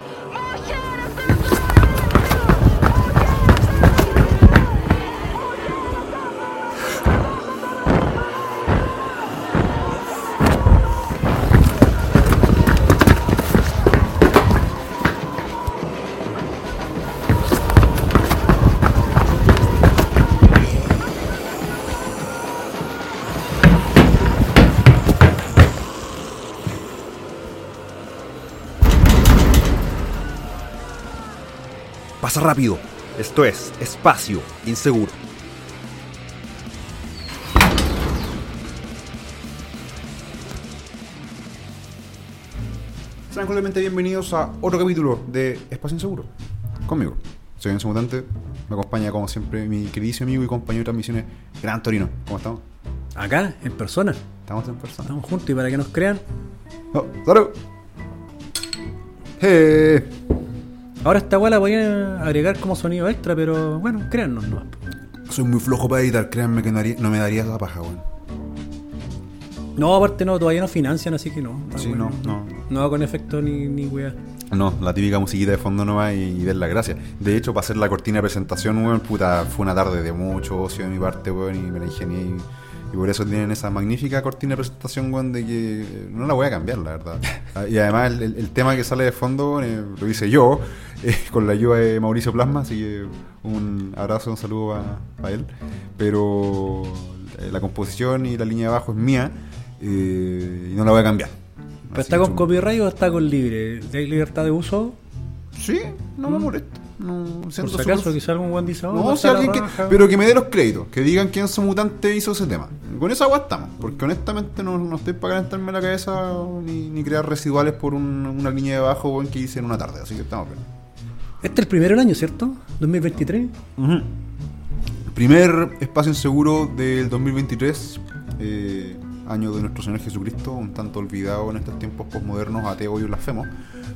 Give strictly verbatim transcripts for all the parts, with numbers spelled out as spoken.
Pasa rápido. Esto es Espacio Inseguro. Sean cordialmente bienvenidos a otro capítulo de Espacio Inseguro. Conmigo, soy Enzo Mutante. Me acompaña como siempre mi queridísimo amigo y compañero de transmisiones, Gran Torino. ¿Cómo estamos? Acá, en persona. Estamos en persona. Estamos juntos y para que nos crean. Oh, ¡salud! ¡Hey! Ahora esta weá la voy a agregar como sonido extra, pero bueno, créannos nomás. Soy muy flojo para editar, créanme que no, haría, no me daría esa paja, weón. No, aparte no, todavía no financian, así que no. Sí, bueno, no, no. No va con efecto ni, ni weá. No, la típica musiquita de fondo no va y, y den las gracias. De hecho, para hacer la cortina de presentación, weón, puta, fue una tarde de mucho ocio de mi parte, weón, y me la ingenié y, y por eso tienen esa magnífica cortina de presentación, weón, de que eh, no la voy a cambiar, la verdad. Y además el, el, el tema que sale de fondo eh, lo hice yo, eh, con la ayuda de Mauricio Plasma, así que un abrazo, un saludo para él. Pero eh, la composición y la línea de abajo es mía eh, y no la voy a cambiar. ¿Pero está con copyright o está con libre? ¿Hay libertad de uso? Sí, no me molesta. No, por si acaso, super... quizá algún buen diseñador. No, si alguien que, pero que me dé los créditos, que digan quién Enzo Mutante hizo ese tema. Con esa agua estamos, porque honestamente no, no estoy para calentarme la cabeza ni, ni crear residuales por un, una línea de bajo buen que hice en una tarde, así que estamos bien. Este es el primero del año, ¿cierto? ¿dos mil veintitrés? Uh-huh. Primer Espacio Inseguro del dos mil veintitrés, eh, año de nuestro Señor Jesucristo, un tanto olvidado en estos tiempos posmodernos, ateos y blasfemos,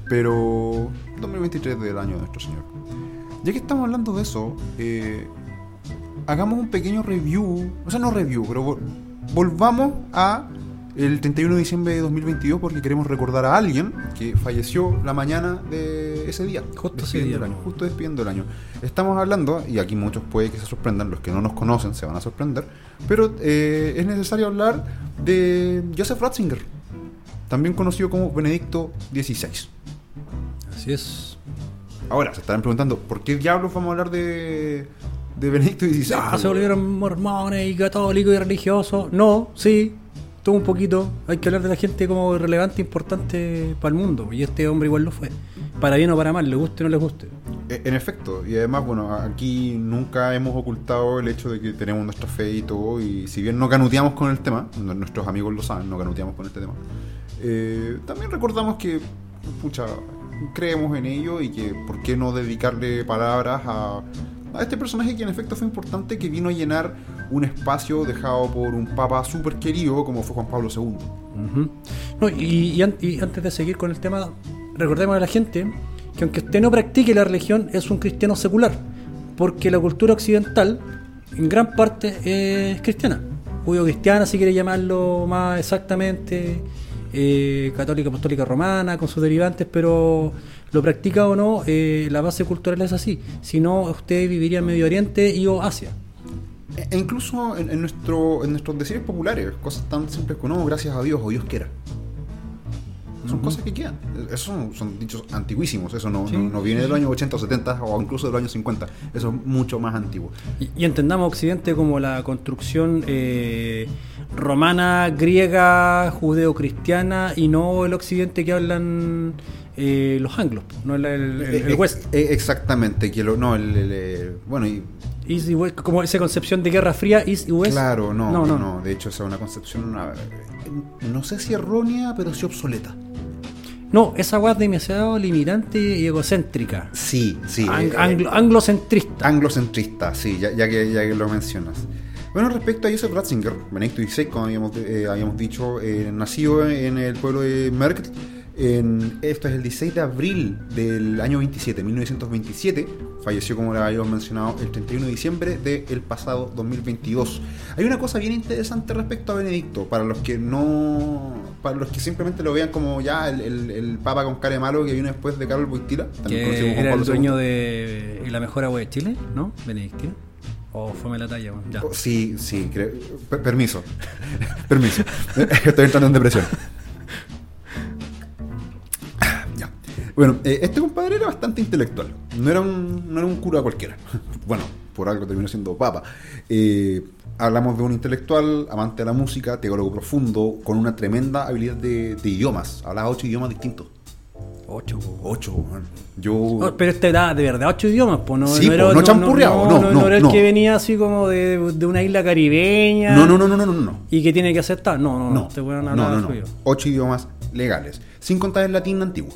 pero dos mil veintitrés del año de nuestro Señor. Ya que estamos hablando de eso, eh, hagamos un pequeño review, o sea, no review, pero vol- volvamos a el treinta y uno de diciembre de dos mil veintidós porque queremos recordar a alguien que falleció la mañana de ese día, justo ese día, el año, justo despidiendo el año. Estamos hablando, y aquí muchos puede que se sorprendan, los que no nos conocen se van a sorprender, pero eh, es necesario hablar de Joseph Ratzinger, también conocido como Benedicto dieciséis. Así es. Ahora, se estarán preguntando, ¿por qué diablos vamos a hablar de, de Benedicto dieciséis? Ah, se volvieron mormones y católicos y religiosos. No, sí, todo un poquito. Hay que hablar de la gente como relevante, importante para el mundo. Y este hombre igual lo fue. Para bien o para mal, le guste o no le guste. En efecto, y además, bueno, aquí nunca hemos ocultado el hecho de que tenemos nuestra fe y todo, y si bien no canuteamos con el tema, nuestros amigos lo saben, no canuteamos con este tema, eh, también recordamos que, pucha, creemos en ello y que por qué no dedicarle palabras a, a este personaje que en efecto fue importante, que vino a llenar un espacio dejado por un papa súper querido como fue Juan Pablo segundo. Uh-huh. No, y, y, an- y antes de seguir con el tema, recordemos a la gente que aunque usted no practique la religión, es un cristiano secular, porque la cultura occidental en gran parte es cristiana, judío-cristiana si quiere llamarlo más exactamente, eh, católica apostólica romana con sus derivantes, pero lo practica o no, eh, la base cultural es así. Si no, usted viviría en Medio Oriente y o Asia. E incluso en, en, nuestro, en nuestros decires populares, cosas tan simples como no, gracias a Dios o Dios quiera. Son uh-huh. cosas que quedan. Esos son, son dichos antiguísimos. Eso no, sí, no, no viene sí, de los años ochenta o setenta o incluso de los años cincuenta. Eso es mucho más antiguo. Y, y entendamos Occidente como la construcción eh, romana, griega, judeo-cristiana, y no el Occidente que hablan eh, los anglos, no el, el, el, el West. Exactamente. Que lo, no, el, el, el, bueno, y East y West, como esa concepción de Guerra Fría, East y West. Claro, no, no, no. no. De hecho, esa es una concepción, una, no sé si errónea, pero sí obsoleta. No, esa weá es demasiado limitante y egocéntrica. Sí, sí. Ang- eh, anglo- anglocentrista. Anglocentrista, sí, ya, ya, que, ya que lo mencionas. Bueno, respecto a Joseph Ratzinger, Benedicto dieciséis, como habíamos, eh, habíamos dicho, eh, nacido en el pueblo de Merkt. En, esto es el dieciséis de abril del año veintisiete, mil novecientos veintisiete. Falleció, como le habíamos mencionado, el treinta y uno de diciembre del pasado dos mil veintidós. Hay una cosa bien interesante respecto a Benedicto, para los que no para los que simplemente lo vean como ya el, el, el papa con cara de malo que vino después de Carlos Wojtyla, también conocido como Que era Juan el Pablo dueño segundo. de la mejor agua de Chile, ¿no? Benedictino. O fue la talla, bueno, ya. Oh, sí, sí, creo. Per- permiso. Permiso. Estoy entrando en depresión. Ya. Bueno, eh, este compadre era bastante intelectual. No era un, no era un cura cualquiera. Bueno, por algo terminó siendo papa. Eh, hablamos de un intelectual, amante de la música, teólogo profundo, con una tremenda habilidad de, de idiomas. Hablaba ocho idiomas distintos. Ocho, po. Ocho, man. Yo. Oh, pero este era de verdad ocho idiomas, pues no, Sí, no, era, po, no champurreado, no, no, no, no era el no. que venía así como de, de una isla caribeña. No, no, no, no, no, no, no. Y que tiene que aceptar. No, no, no. No, Este weón no, hablaba no, no. suyo. Ocho idiomas legales. Sin contar el latín antiguo.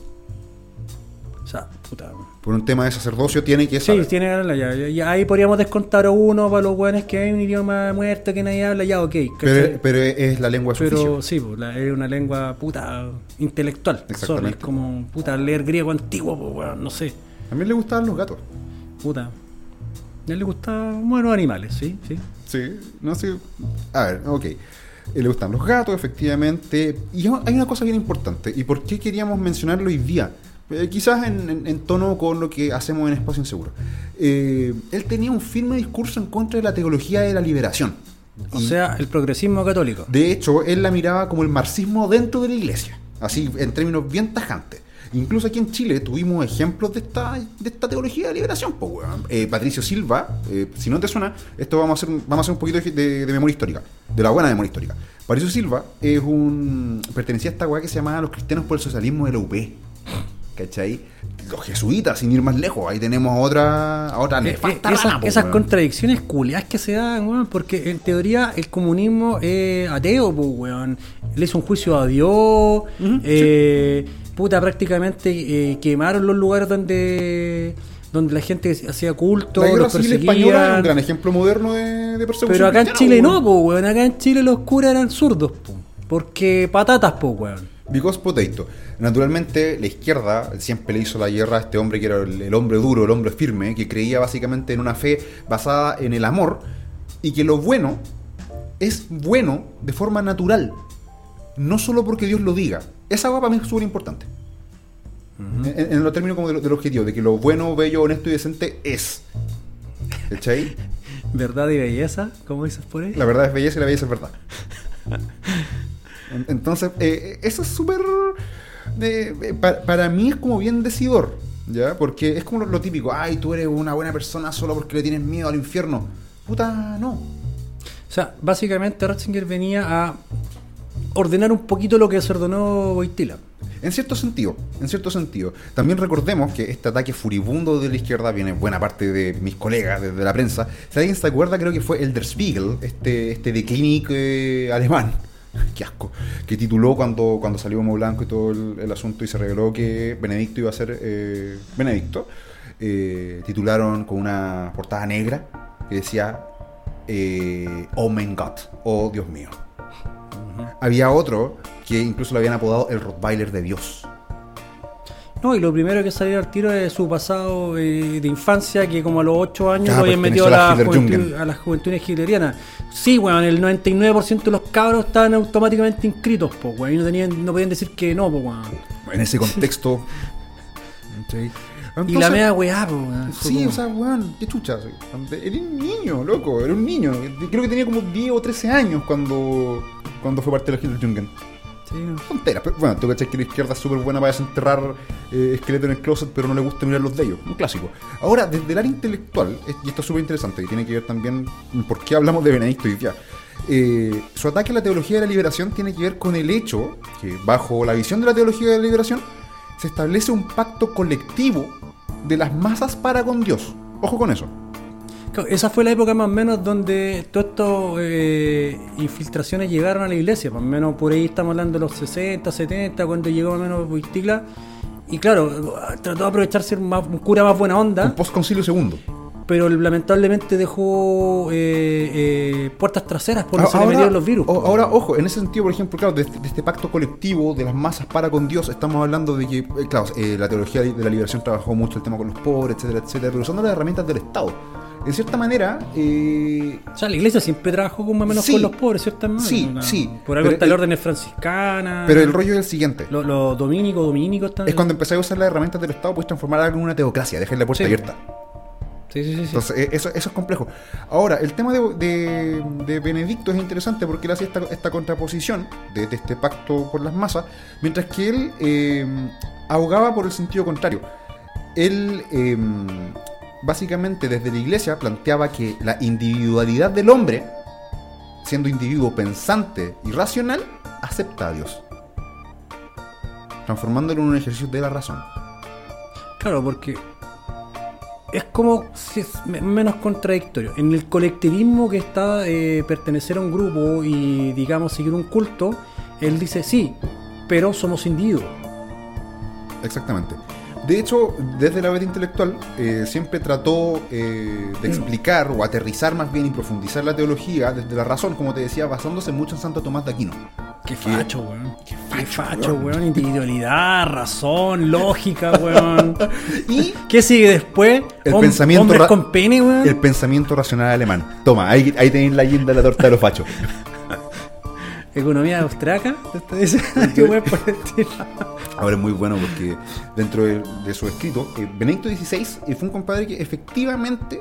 O sea, puta. Por un tema de sacerdocio tiene que Sí, saber. tiene que hablarla ya, ya, ya. Ahí podríamos descontar uno para los weones que hay un idioma muerto que nadie habla, ya, ok. ¿cachai? Pero, pero es la lengua de su Pero oficio. sí, pues, la- es una lengua puta intelectual. Exactamente. Sorry, es como puta leer griego antiguo, pues, weón, no sé. A mí le gustaban los gatos. Puta. A él le gustan buenos animales, sí, sí. Sí, no sé. A ver, ok. Eh, Le gustan los gatos, efectivamente. Y hay una cosa bien importante. ¿Y por qué queríamos mencionarlo hoy día? Eh, quizás en, en- en tono con lo que hacemos en Espacio Inseguro. Eh, él tenía un firme discurso en contra de la teología de la liberación. O Y, sea, el progresismo católico. de hecho, él la miraba como el marxismo dentro de la iglesia. Así, en términos bien tajantes. Incluso aquí en Chile tuvimos ejemplos de esta, de esta teología de liberación, po, weón. Eh, Patricio Silva, eh, si no te suena, esto vamos a hacer, un- vamos a hacer un poquito de, de- de memoria histórica, de la buena memoria histórica. Patricio Silva es un pertenecía a esta weá que se llamaba Los Cristianos por el Socialismo de la U P. ¿Cachai? Los jesuitas, sin ir más lejos, ahí tenemos a otra, a otra Eh, eh, nefasta esas rama, po, esas weón. contradicciones culiadas que se dan, weón, porque en teoría el comunismo es ateo, pues, weón. Le hizo un juicio a Dios, eh, puta, prácticamente eh, quemaron los lugares donde donde la gente hacía culto, La guerra los civil española es un perseguían. gran ejemplo moderno de, de persecución. Pero acá en cristiana, Chile po, no, weón. pues, weón. Acá en Chile los curas eran zurdos, po, porque patatas, pues, weón. Because potato. Naturalmente, la izquierda siempre le hizo la guerra a este hombre que era el, el hombre duro, el hombre firme, que creía básicamente en una fe basada en el amor y que lo bueno es bueno de forma natural, no solo porque Dios lo diga. Esa va para mí es súper importante. En, en los términos como de lo- del objetivo, de que lo bueno, bello, honesto y decente es. ¿Cachai? Verdad y belleza, como dices por ahí. La verdad es belleza y la belleza es verdad. En- Entonces, eh, eso es súper... de- de- pa- para mí es como bien decidor, ¿ya? Porque es como lo, lo típico, ay, tú eres una buena persona solo porque le tienes miedo al infierno. Puta, no. O sea, básicamente Ratzinger venía a ordenar un poquito lo que desordenó Wojtyla. En cierto sentido, en cierto sentido. También recordemos que este ataque furibundo de la izquierda viene buena parte de mis colegas desde la prensa. Si alguien se acuerda, creo que fue el Der Spiegel, este, este de Klinik eh, alemán. Qué asco. Que tituló cuando, cuando salió Humo Blanco y todo el, el asunto y se reveló que Benedicto iba a ser eh, Benedicto. Eh, titularon con una portada negra que decía eh, Oh mein Gott, oh Dios mío. Había otro que incluso lo habían apodado el Rottweiler de Dios. No, y lo primero que salió al tiro es su pasado eh, de infancia, que como a los ocho años Ah, lo habían perteneció metido a, a la la juventud- Hitlerjugend. a las juventudes hitlerianas. Sí, weón, el noventa y nueve por ciento de los cabros estaban automáticamente inscritos, po, weón, y no, tenían, no podían decir que no, po, weón. En ese contexto. ¿sí? Y Entonces, la media weá, po, weón. fue Sí, como- o sea, weón, qué chucha. sí. Era un niño, loco, era un niño. Creo que tenía como diez o trece años cuando, cuando fue parte de la Hitlerjugend. sí, no. Tonteras, pero bueno, tú cachai que la izquierda es súper buena para desenterrar eh, esqueletos en el closet, pero no le gusta mirar los de ellos. Un clásico. Ahora, desde el área intelectual, es- y esto es súper interesante, y tiene que ver también por qué hablamos de Benedicto hoy día. Eh, su ataque a la teología de la liberación tiene que ver con el hecho que, bajo la visión de la teología de la liberación, se establece un pacto colectivo de las masas para con Dios. Ojo con eso. Claro, esa fue la época más o menos donde todas estas eh, infiltraciones llegaron a la iglesia, más o menos por ahí estamos hablando de los sesenta, setenta, cuando llegó más o menos Wojtyla. Y claro, trató de aprovecharse un, más- un cura más buena Un onda, postconcilio segundo. pero lamentablemente dejó eh, eh, puertas traseras por donde se le Ahora- metieron los virus. o- Ahora, ojo, en ese sentido, por ejemplo, claro, de este, de este pacto colectivo de las masas para con Dios, estamos hablando de que, eh, claro, eh, la teología de la liberación trabajó mucho el tema con los pobres, etcétera, etcétera, pero usando las herramientas del Estado. en cierta manera... Eh, o sea, la iglesia siempre trabajó como más o menos sí, con los pobres, ¿ciertamente? Sí, no, sí. Por algo pero está el, el orden franciscana. Pero el rollo es el siguiente. Los lo dominicos, dominicos están... Es cuando empecé a usar las herramientas del Estado, puedes transformar algo en una teocracia, dejar la puerta sí. abierta. Sí, sí, sí, Entonces, sí. Eso, eso es complejo. Ahora, el tema de, de, de Benedicto es interesante porque él hacía esta, esta contraposición de, de este pacto por las masas, mientras que él eh, abogaba por el sentido contrario. Él, eh, básicamente, desde la iglesia planteaba que la individualidad del hombre, siendo individuo pensante y racional, acepta a Dios, transformándolo en un ejercicio de la razón. Claro, porque es como si es menos contradictorio. En el colectivismo que está eh, pertenecer a un grupo y, digamos, seguir un culto, él dice sí, pero somos individuos. Exactamente. De hecho, desde la beta intelectual eh, siempre trató eh, de explicar o aterrizar más bien y profundizar la teología desde la razón, como te decía, basándose mucho en Santo Tomás de Aquino. Qué facho, weón. Qué facho, Qué facho weón. weón. Individualidad, razón, lógica, weón. ¿Y qué sigue después? El pensamiento hombres ra- con pene, weón. El pensamiento racional alemán. Toma, ahí, ahí tenéis la guinda de la torta de los fachos. Economía austriaca. ¿Qué weón por el estilo? Ahora es muy bueno porque dentro de, de su escrito, eh, Benedicto dieciséis eh, fue un compadre que efectivamente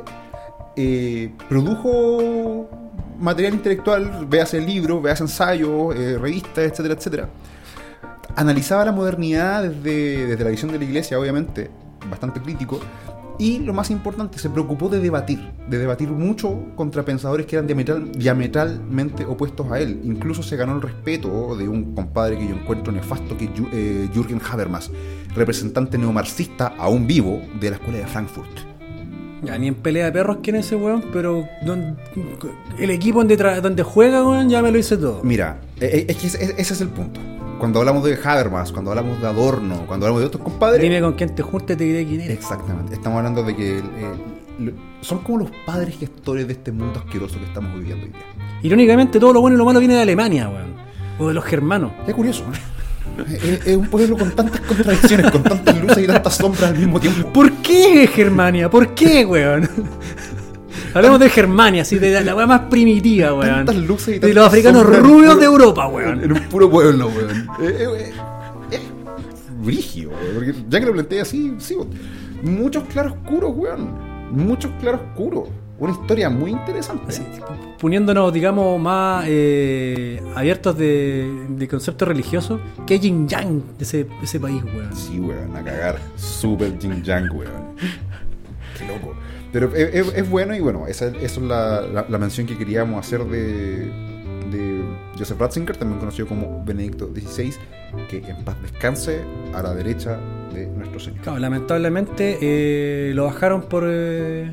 eh, produjo material intelectual, veas el libro, veas ensayos, eh, revistas, etcétera, etcétera. Analizaba la modernidad desde, desde la visión de la iglesia, obviamente, bastante crítico. Y lo más importante, se preocupó de debatir, de debatir mucho contra pensadores que eran diametral, diametralmente opuestos a él. Incluso se ganó el respeto de un compadre que yo encuentro nefasto, que es eh, Jürgen Habermas, representante neomarxista aún vivo de la escuela de Frankfurt. Ya, ni en pelea de perros quién es ese weón, pero don, el equipo donde, tra- donde juega, weón, ya me lo hice todo. Mira, eh, es que ese, ese es el punto. Cuando hablamos de Habermas, cuando hablamos de Adorno, cuando hablamos de otros compadres... Dime con quién te juntes, te diré quién eres. Exactamente. Estamos hablando de que eh, lo, son como los padres gestores de este mundo asqueroso que estamos viviendo hoy día. Irónicamente, todo lo bueno y lo malo viene de Alemania, weón. O de los germanos. Qué curioso, ¿eh? es, es un pueblo con tantas contradicciones, con tantas luces y tantas sombras al mismo tiempo. ¿Por qué Germania? ¿Por qué, weón? Hablemos de Germania, así, de la weá más primitiva, weón. Tantas luces y tantas de los africanos rubios de Europa, weón. En un puro pueblo, weón. Es eh, eh, eh, brígido, weón. Porque ya que lo planteé así, sí, muchos claroscuros, weón. Muchos claroscuros. Una historia muy interesante. Así, poniéndonos, digamos, más eh, abiertos de, de conceptos religiosos, que es Yin Yang de ese, de ese país, weón. Sí, weón, a cagar. Super Yin Yang, weón. Qué loco. Pero es, es, es bueno y bueno, esa, esa es la, la, la mención que queríamos hacer de, de Joseph Ratzinger, también conocido como Benedicto dieciséis, que en paz descanse a la derecha de nuestro Señor. Claro, lamentablemente eh, lo bajaron por... Eh,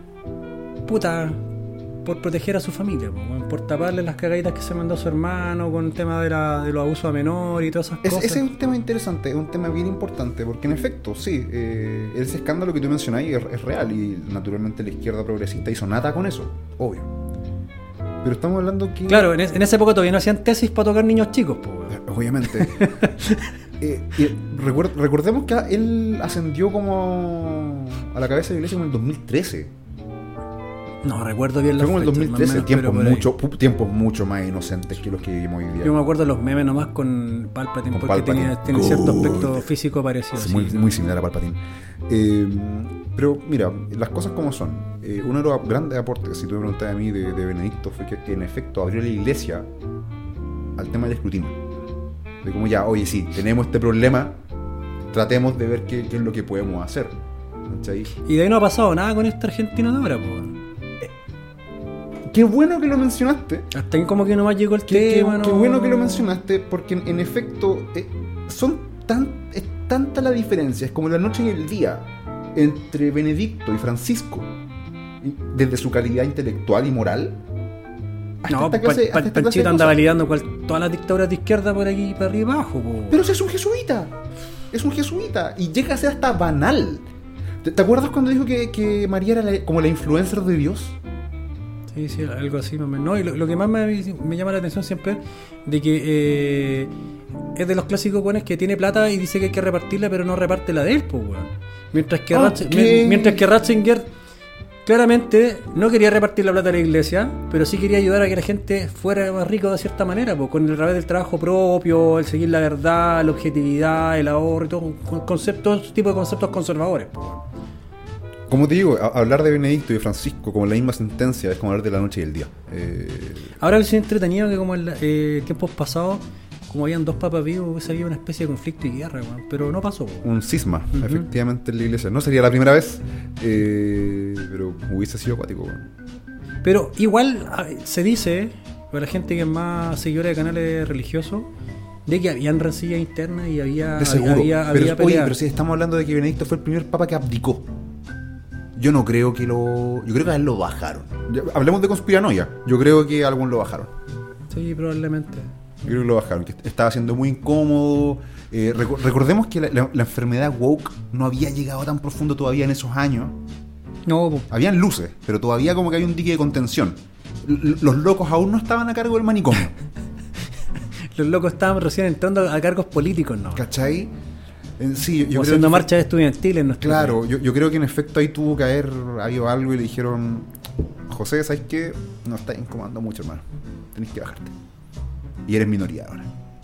puta... por proteger a su familia, por taparle las cagaditas que se mandó a su hermano con el tema de, la, de los abusos a menor y todas esas es, cosas. Ese es un tema interesante, es un tema bien importante, porque en efecto, sí, eh, ese escándalo que tú mencionas es, es real y naturalmente la izquierda progresista hizo nada con eso, obvio. Pero estamos hablando que... Claro, en, es, en esa época todavía no hacían tesis para tocar niños chicos, pues. Obviamente. eh, y recuer, recordemos que él ascendió como a la cabeza de la iglesia en el dos mil trece. No recuerdo bien la Fue como el dos mil trece, menos, tiempos, pero mucho, tiempos mucho más inocentes que los que vivimos hoy día. Yo me acuerdo de los memes nomás con Palpatine, con porque Palpatine. Tenía, tiene cierto aspecto físico parecido. Sí, muy, sí. muy similar a Palpatine. Eh, pero mira, las cosas como son. Eh, uno de los grandes aportes, si tú me preguntas a mí, de, de Benedicto fue que en efecto abrió la iglesia al tema del escrutinio. De como ya, oye, sí, tenemos este problema, tratemos de ver qué, qué es lo que podemos hacer. ¿Cachai? Y de ahí no ha pasado nada con este argentino de ahora, pues. Qué bueno que lo mencionaste. Hasta ahí como que nomás llegó el Qué, tema. qué, no... qué bueno que lo mencionaste, porque en, en efecto eh, son tan, es tanta la diferencia, es como la noche y el día entre Benedicto y Francisco, desde su calidad intelectual y moral. No, pa, pa, pa, Panchito anda validando cual, todas las dictaduras de izquierda por aquí, para arriba y abajo. Po. Pero si es un jesuita, es un jesuita, y llega a ser hasta banal. ¿Te, te acuerdas cuando dijo que, que María era la, como la influencer de Dios? Sí, sí, algo así, más o menos. No, y lo, lo que más me, me llama la atención siempre es de que eh, es de los clásicos buenos que tiene plata y dice que hay que repartirla, pero no reparte la de él, pues, weón. Mientras que, okay. Ratzinger, mientras que Ratzinger claramente no quería repartir la plata de la iglesia, pero sí quería ayudar a que la gente fuera más rico de cierta manera, pues, con el través del trabajo propio, el seguir la verdad, la objetividad, el ahorro y todo, con conceptos, tipo de conceptos conservadores. Pues. Como te digo, a- hablar de Benedicto y de Francisco como la misma sentencia es como hablar de la noche y el día. Eh, Ahora es entretenido que como en la- eh, tiempos pasados, como habían dos papas vivos, hubiese habido una especie de conflicto y guerra, weón, pero no pasó. Weón. un cisma, Ujú. efectivamente, en la iglesia. No sería la primera vez, eh, pero hubiese sido acuático. weón. Pero igual a- se dice, para la gente que es más seguidora de canales religiosos, de que habían rencillas internas y había, De seguro. había, pero, había oye, peleas. pero si estamos hablando de que Benedicto fue el primer papa que abdicó. Yo no creo que lo... Yo creo que a él lo bajaron. Ya, hablemos de conspiranoia. Yo creo que a algún lo bajaron. Sí, probablemente. Yo creo que lo bajaron, que estaba siendo muy incómodo. Eh, reco- recordemos que la, la- la enfermedad woke no había llegado tan profundo todavía en esos años. No, po. Habían luces, pero todavía como que había un dique de contención. L- los locos aún no estaban a cargo del manicomio. Los locos estaban recién entrando a cargos políticos, ¿no? ¿Cachai? Eh, sí, yo, O yo creo haciendo que... marchas estudiantiles en nuestro Claro, país. yo, yo creo que en efecto ahí tuvo que haber habido algo y le dijeron: José, ¿sabes qué? Nos está incomodando mucho, hermano. Tenés que bajarte. Y eres minoría ahora.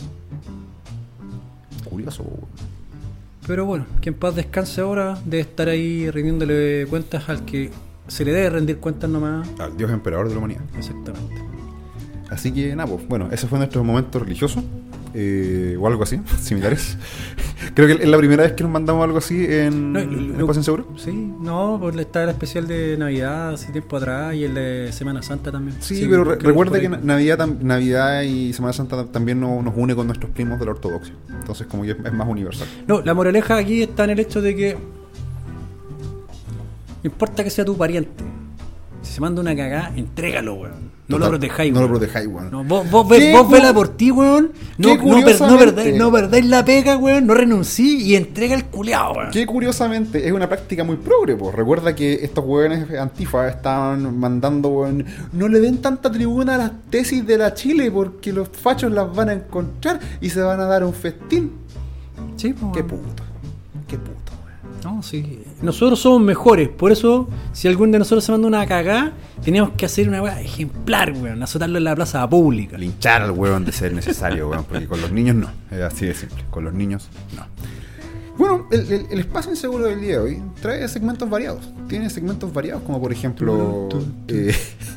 Curioso, weón. Pero bueno, que en paz descanse ahora, debe estar ahí rindiéndole cuentas al que se le debe rendir cuentas nomás. Al Dios emperador de la humanidad. Exactamente. Así que nada, pues bueno, ese fue nuestro momento religioso. Eh, o algo así, similares. Creo que es la primera vez que nos mandamos algo así en, No, en lo- Espacio Inseguro. Sí, no, pues está el especial de Navidad hace tiempo atrás y el de Semana Santa también. Sí, pero re- creo recuerda por que ahí. na- Navidad, tam- Navidad y Semana Santa también no- nos une con nuestros primos de la ortodoxia. Entonces como que es, es más universal. No, la moraleja aquí está en el hecho de que no importa que sea tu pariente, si se manda una cagada, entrégalo, weón. No Total, lo protejáis, No lo weón. protejáis, weón. No, vos, vos, ve- Qué vos cu- vela por ti, weón. No, Qué no, per- no, curiosamente- perdáis, no perdáis la pega, weón. No renuncié y entrega el culeado, weón. Que curiosamente es una práctica muy progre, pues. Recuerda que estos hueones antifa estaban mandando, weón, no le den tanta tribuna a las tesis de la Chile porque los fachos las van a encontrar y se van a dar un festín. Sí, pues, Qué weón. puto, qué puto, weón. No, sí. Nosotros somos mejores. Por eso, si algún de nosotros se manda una cagada, tenemos que hacer una weá ejemplar, weón. Azotarlo en la plaza pública. Linchar al hueón de ser necesario, weón, porque con los niños no. Es así de simple. Con los niños no. Bueno, el, el- el espacio inseguro del día de hoy trae segmentos variados. Tiene segmentos variados como por ejemplo... eh,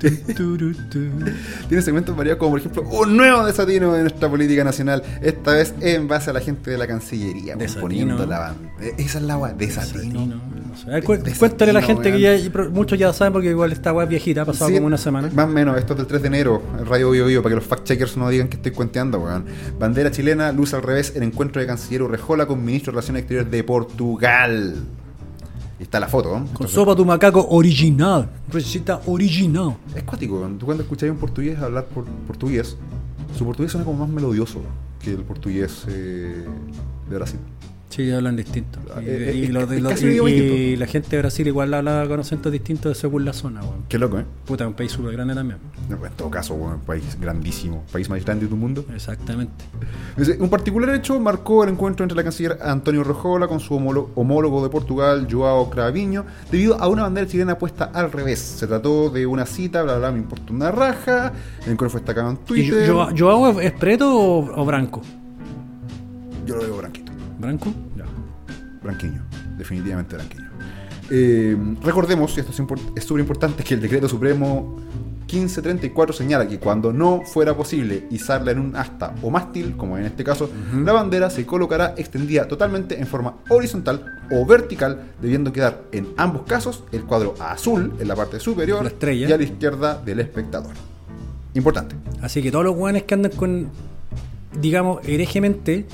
tiene segmentos variados como por ejemplo un nuevo desatino de nuestra política nacional. Esta vez en base a la gente de la Cancillería. Desatino. Poniendo la banda. Esa es la weá, desatino. Desatino, no sé. A ver, cu- Desatino, cuéntale a la gente que ya, weón. y pro- muchos ya saben porque igual esta weá es viejita, ha pasado Sí, como una semana. Más o menos, esto es del tres de enero, en Radio Bio Bio, para que los fact-checkers no digan que estoy cuenteando, weón. Bandera chilena, luz al revés, el encuentro de Canciller Urrejola con Ministro de Relaciones Exteriores de Portugal. Y está la foto, ¿no? Con Entonces, sopa tu macaco original. Receta original. es cuático, weón. Tú cuando escucháis a un portugués hablar por portugués, su portugués suena como más melodioso que el portugués eh, de Brasil. Sí, hablan distinto. Ah, Y, eh, y es- los de- es los- casi un y- idioma y distinto. la gente de Brasil igual habla con acentos distintos según la zona, weón. Qué loco, ¿eh? Puta, es un país súper grande también. No, pues, en todo caso, weón, un país grandísimo, país más grande del mundo. Exactamente. Dice, un particular hecho marcó el encuentro entre la canciller Antonio Urrejola con su homólogo, homólogo de Portugal, Joao Cravinho, debido a una bandera chilena puesta al revés. Se trató de una cita, bla, bla, me importa una raja. El encuentro fue destacado en ¿Y Twitter. yo, yo hago es preto o, o branco? Yo lo veo branquito. ¿Branco? Ya. Branquiño, definitivamente branquiño. Eh, recordemos, y esto es import- es súper importante, que el decreto supremo quince treinta y cuatro señala que cuando no fuera posible izarla en un asta o mástil, como en este caso, Ujú. la bandera se colocará extendida totalmente en forma horizontal o vertical, debiendo quedar en ambos casos el cuadro azul en la parte superior La estrella. y a la izquierda del espectador. Importante. Así que todos los weones que andan con, digamos, herejemente,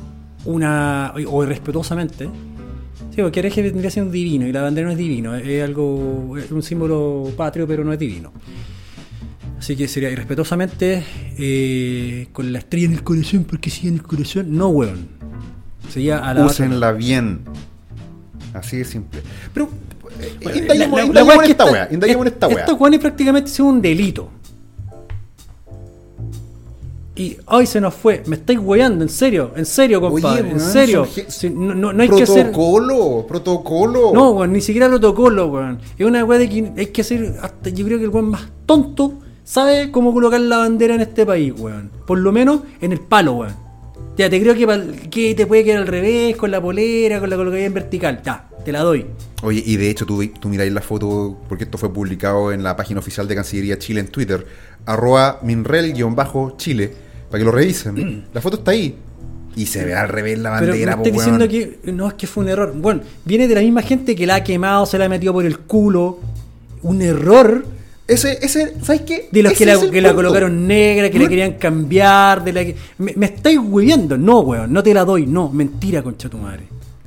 una o irrespetuosamente, sí, porque hereje vendría siendo divino y la bandera no es divino, es algo, es un símbolo patrio, pero no es divino. Así que sería irrespetuosamente eh, con la estrella en el corazón, porque si en el corazón, no, weón. Sería a la Úsenla bien. Así de simple. Pero, eh, Bueno, indaguemos la- la- indaguemos la weá en es que esta esta- wea. Indaguemos en esta wea. Estos weones prácticamente son un delito. y hoy se nos fue. Me estáis hueando, en serio, en serio, compadre, Oye, en weón, serio. son ge- Sí, no, no, no hay que hacer. Protocolo, protocolo. No, weón, ni siquiera protocolo, weón. Es una weá de que hay que hacer. Hasta yo creo que el weón más tonto sabe cómo colocar la bandera en este país, weón. Por lo menos en el palo, weón. Ya, te creo que, pal- que te puede quedar al revés, con la polera, con la colocación en vertical. Ya, te la doy. Oye, y de hecho tú, tú miráis la foto, porque esto fue publicado en la página oficial de Cancillería Chile en Twitter, arroba minrel-chile, para que lo revisen. La foto está ahí. Y se ve al revés la Pero me bandera, estás po, diciendo weón. que no, es que fue un error. Bueno, viene de la misma gente que la ha quemado, se la ha metido por el culo. Un error Ese, ese, ¿sabes qué? de los Ese que la, es el que la punto. colocaron negra, que No la es- querían cambiar, de la que... Me, me estáis hueviendo. No, weón, no te la doy. No, mentira, concha tu madre.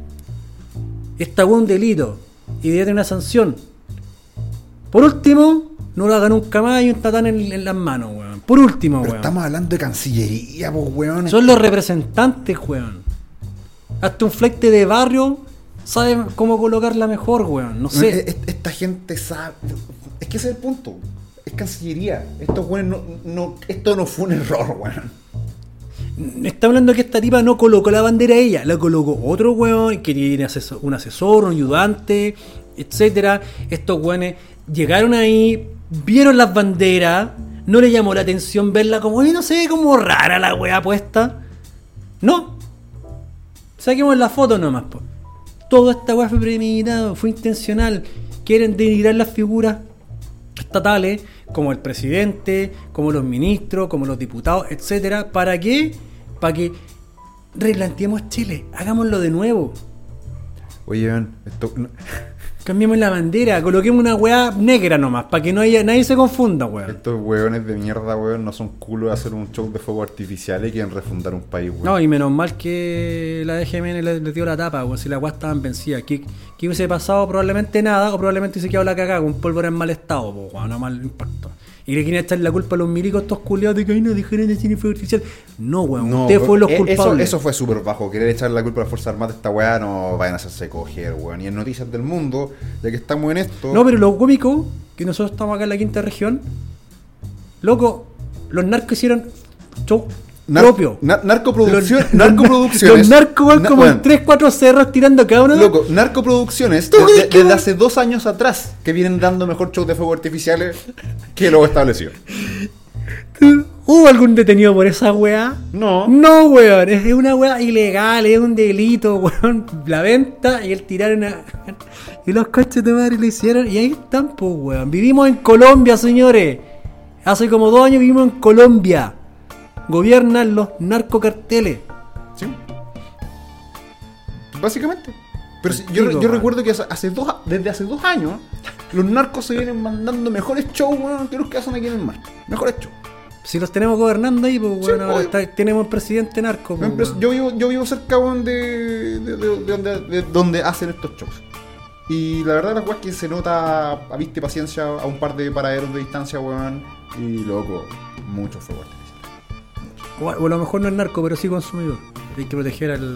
Esta fue un delito y debe tener una sanción. Por último, no lo haga nunca más y un tatán en, en las manos, weón. Por último, Pero weón. estamos hablando de Cancillería, pues, weón. Son los representantes, weón. Hasta un flight de barrio sabe cómo colocarla mejor, weón. No sé. Es- es- Esta gente sabe. Es que ese es el punto. Es Cancillería. Estos weones no, no, esto no fue un error, weón. Está hablando que esta tipa no colocó la bandera ella, la colocó otro weón que tiene asesor- un asesor, un ayudante, etcétera. Estos weones llegaron ahí, vieron las banderas, no le llamó la atención verla como, "Oye, no sé, como rara la weá puesta". No. Saquemos la foto nomás, po. Toda esta weá fue premeditado, fue intencional. Quieren denigrar las figuras estatales, como el presidente, como los ministros, como los diputados, etcétera. ¿Para qué? Para que replanteemos Chile, hagámoslo de nuevo. Oye, weón, esto. no- Cambiemos la bandera, coloquemos una weá negra nomás, para que no haya, nadie se confunda, weón. Estos weones de mierda, weón, no son culos de hacer un show de fuego artificial y quieren refundar un país, weón. No, y menos mal que la D G M les le dio la tapa, weón, si la weá estaban vencidas. ¿Qué, ¿Qué hubiese pasado? Probablemente nada, o probablemente se quedó la cagada con pólvora en mal estado, po, weón, no mal impacto. Y le quieren echar la culpa a los milicos, estos culiados de que ahí no dijeron de cine fuego artificial. No, weón, No, ustedes fueron los eh, culpables. Eso, eso fue súper bajo. Querer echar la culpa a las Fuerzas Armadas de esta weá, no vayan a hacerse coger, weón. Y en Noticias del Mundo, ya que estamos en esto. No, pero lo cómico, que nosotros estamos acá en la quinta región, loco, los narcos hicieron show Nar- propio. na- narcoproducción, Los- narcoproducciones. Los narcos van Na- como weón, en tres, cuatro cerros tirando cada uno. Loco, narcoproducciones ¿Tú crees desde, que desde va- hace dos años atrás que vienen dando mejor show de fuego artificiales que lo establecido. ¿Hubo algún detenido por esa weá? No. No, weón, es una weá ilegal, es un delito, weón. La venta y el tirar una. Y los coches de madre lo hicieron y ahí están, pues, weón. Vivimos en Colombia, señores. Hace como dos años vivimos en Colombia. Gobiernan los narcocarteles. Sí. Básicamente. Pero si- Sí, yo, yo weón. recuerdo que hace, hace dos, desde hace dos años los narcos se vienen mandando mejores shows, weón, que los que hacen aquí en el mar. Mejores shows. Si los tenemos gobernando ahí, pues, Sí, weón, ahora obvio. está- tenemos un presidente narco, pues, Empecé- weón. yo, vivo, yo vivo cerca, weón, de, de, de- de donde, de donde hacen estos shows. Y la verdad, la weá es que se nota a vista y paciencia a un par de paraderos de distancia, weón. Y loco, mucho fuego artificial. O, o a lo mejor no es narco, pero sí consumidor. Hay que proteger al,